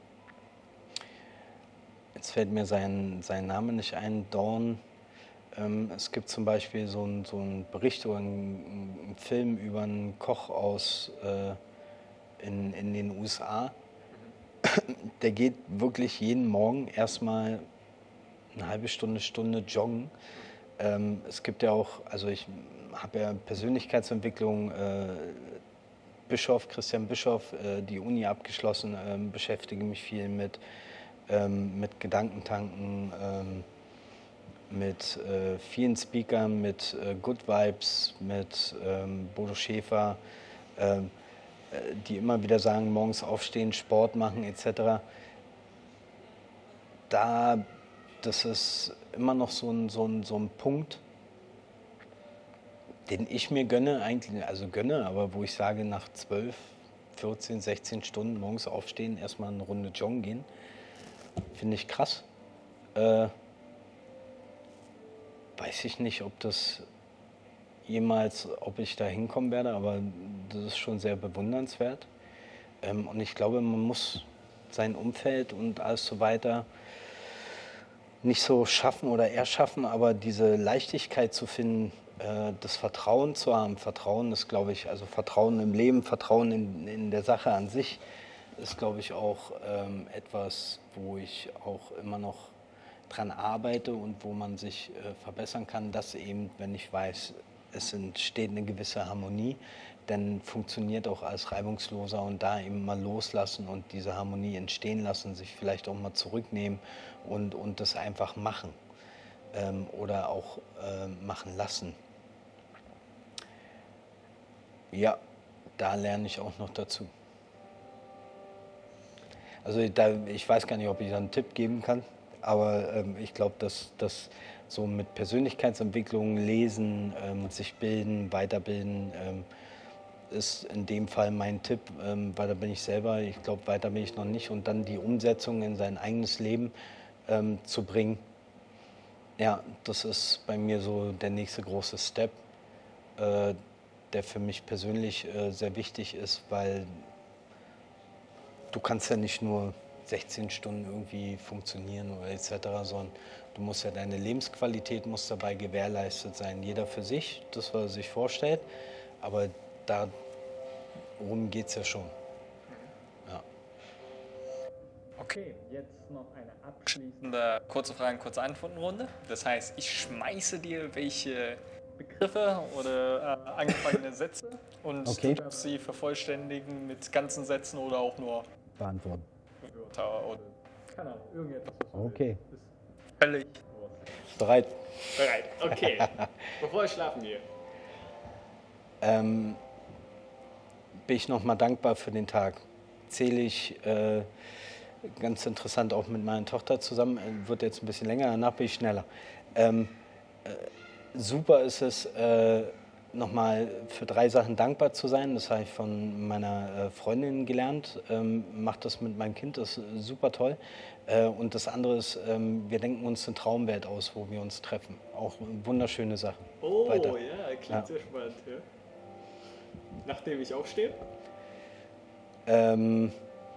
jetzt fällt mir sein, sein Name nicht ein, Dawn. Ähm, es gibt zum Beispiel so einen so einen Bericht oder einen, einen Film über einen Koch aus äh, in, in den U S A. Der geht wirklich jeden Morgen erstmal eine halbe Stunde, Stunde joggen. Ähm, es gibt ja auch, also ich habe ja Persönlichkeitsentwicklung, äh, Bischof, Christian Bischof, äh, die Uni abgeschlossen, äh, beschäftige mich viel mit, ähm, mit Gedankentanken, ähm, mit äh, vielen Speakern, mit äh, Good Vibes, mit ähm, Bodo Schäfer, äh, die immer wieder sagen, morgens aufstehen, Sport machen et cetera. Da, das ist immer noch so ein, so ein, so ein Punkt, den ich mir gönne, eigentlich, also gönne, aber wo ich sage, nach zwölf, vierzehn, sechzehn Stunden morgens aufstehen, erstmal eine Runde joggen gehen. Finde ich krass. Äh, weiß ich nicht, ob das jemals, ob ich da hinkommen werde, aber das ist schon sehr bewundernswert. Ähm, und ich glaube, man muss sein Umfeld und alles so weiter nicht so schaffen oder erschaffen, aber diese Leichtigkeit zu finden, äh, das Vertrauen zu haben. Vertrauen ist, glaube ich, also Vertrauen im Leben, Vertrauen in, in der Sache an sich ist, glaube ich, auch ähm, etwas, wo ich auch immer noch dran arbeite und wo man sich äh, verbessern kann, dass eben, wenn ich weiß, es entsteht eine gewisse Harmonie, dann funktioniert auch alles reibungsloser und da eben mal loslassen und diese Harmonie entstehen lassen, sich vielleicht auch mal zurücknehmen und, und das einfach machen ähm, oder auch äh, machen lassen. Ja, da lerne ich auch noch dazu. Also da, ich weiß gar nicht, ob ich da einen Tipp geben kann, aber ähm, ich glaube, dass das so mit Persönlichkeitsentwicklung, Lesen, ähm, sich bilden, weiterbilden, ähm, ist in dem Fall mein Tipp, ähm, weil da bin ich selber, ich glaube, weiter bin ich noch nicht. Und dann die Umsetzung in sein eigenes Leben ähm, zu bringen, ja, das ist bei mir so der nächste große Step, äh, der für mich persönlich äh, sehr wichtig ist, weil du kannst ja nicht nur sechzehn Stunden irgendwie funktionieren oder et cetera, sondern du musst ja deine Lebensqualität muss dabei gewährleistet sein. Jeder für sich, das, was er sich vorstellt, aber darum geht es ja schon. Ja. Okay, jetzt noch eine abschließende kurze Fragen, kurze Antwortenrunde. Das heißt, ich schmeiße dir welche Begriffe oder äh, angefangene Sätze und Okay. du darfst sie vervollständigen mit ganzen Sätzen oder auch nur Beantworten. Wörter oder keine Ahnung, irgendetwas. was Okay. ist völlig Bereit. bereit. Okay, bevor ich schlafen gehe. Ähm, bin ich nochmal dankbar für den Tag. Zähle ich äh, ganz interessant auch mit meiner Tochter zusammen, äh, wird jetzt ein bisschen länger, danach bin ich schneller. Ähm, äh, super ist es, äh, nochmal für drei Sachen dankbar zu sein. Das habe ich von meiner äh, Freundin gelernt. Ähm, macht das mit meinem Kind, das ist super toll. Äh, und das andere ist, ähm, wir denken uns eine Traumwelt aus, wo wir uns treffen. Auch wunderschöne Sachen. Oh Weiter. ja, klingt Ja. sehr spannend. Ja. Nachdem ich aufstehe? Ähm,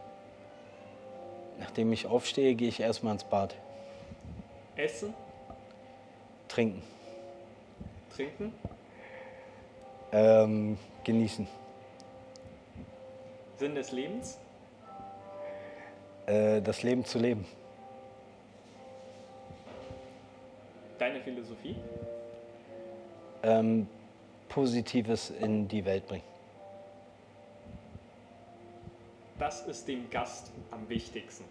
nachdem ich aufstehe, gehe ich erstmal ins Bad. Essen? Trinken. Trinken? Ähm, genießen. Sinn des Lebens? Äh, das Leben zu leben. Deine Philosophie? Ähm, Positives in die Welt bringen. Was ist dem Gast am wichtigsten?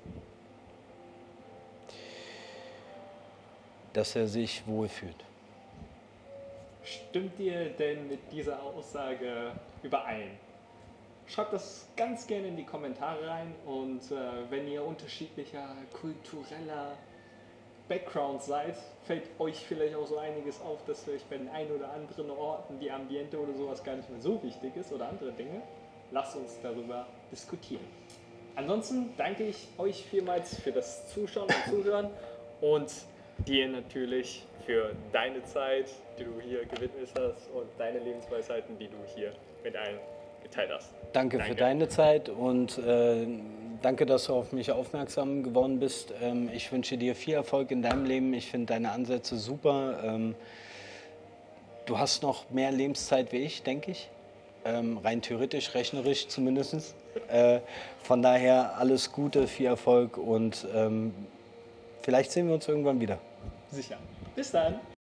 Dass er sich wohlfühlt. Stimmt ihr denn mit dieser Aussage überein? Schreibt das ganz gerne in die Kommentare rein und äh, wenn ihr unterschiedlicher kultureller Background seid, fällt euch vielleicht auch so einiges auf, dass euch bei den ein oder anderen Orten die Ambiente oder sowas gar nicht mehr so wichtig ist oder andere Dinge. Lasst uns darüber diskutieren. Ansonsten danke ich euch vielmals für das Zuschauen und Zuhören und dir natürlich für deine Zeit, die du hier gewidmet hast und deine Lebensweisheiten, die du hier mit allen geteilt hast. Danke, Danke. für deine Zeit und äh, danke, dass du auf mich aufmerksam geworden bist. Ähm, ich wünsche dir viel Erfolg in deinem Leben. Ich finde deine Ansätze super. Ähm, du hast noch mehr Lebenszeit wie ich, denke ich. Ähm, rein theoretisch, rechnerisch zumindest. Äh, von daher alles Gute, viel Erfolg und ähm, vielleicht sehen wir uns irgendwann wieder. Sicher. Bis dann.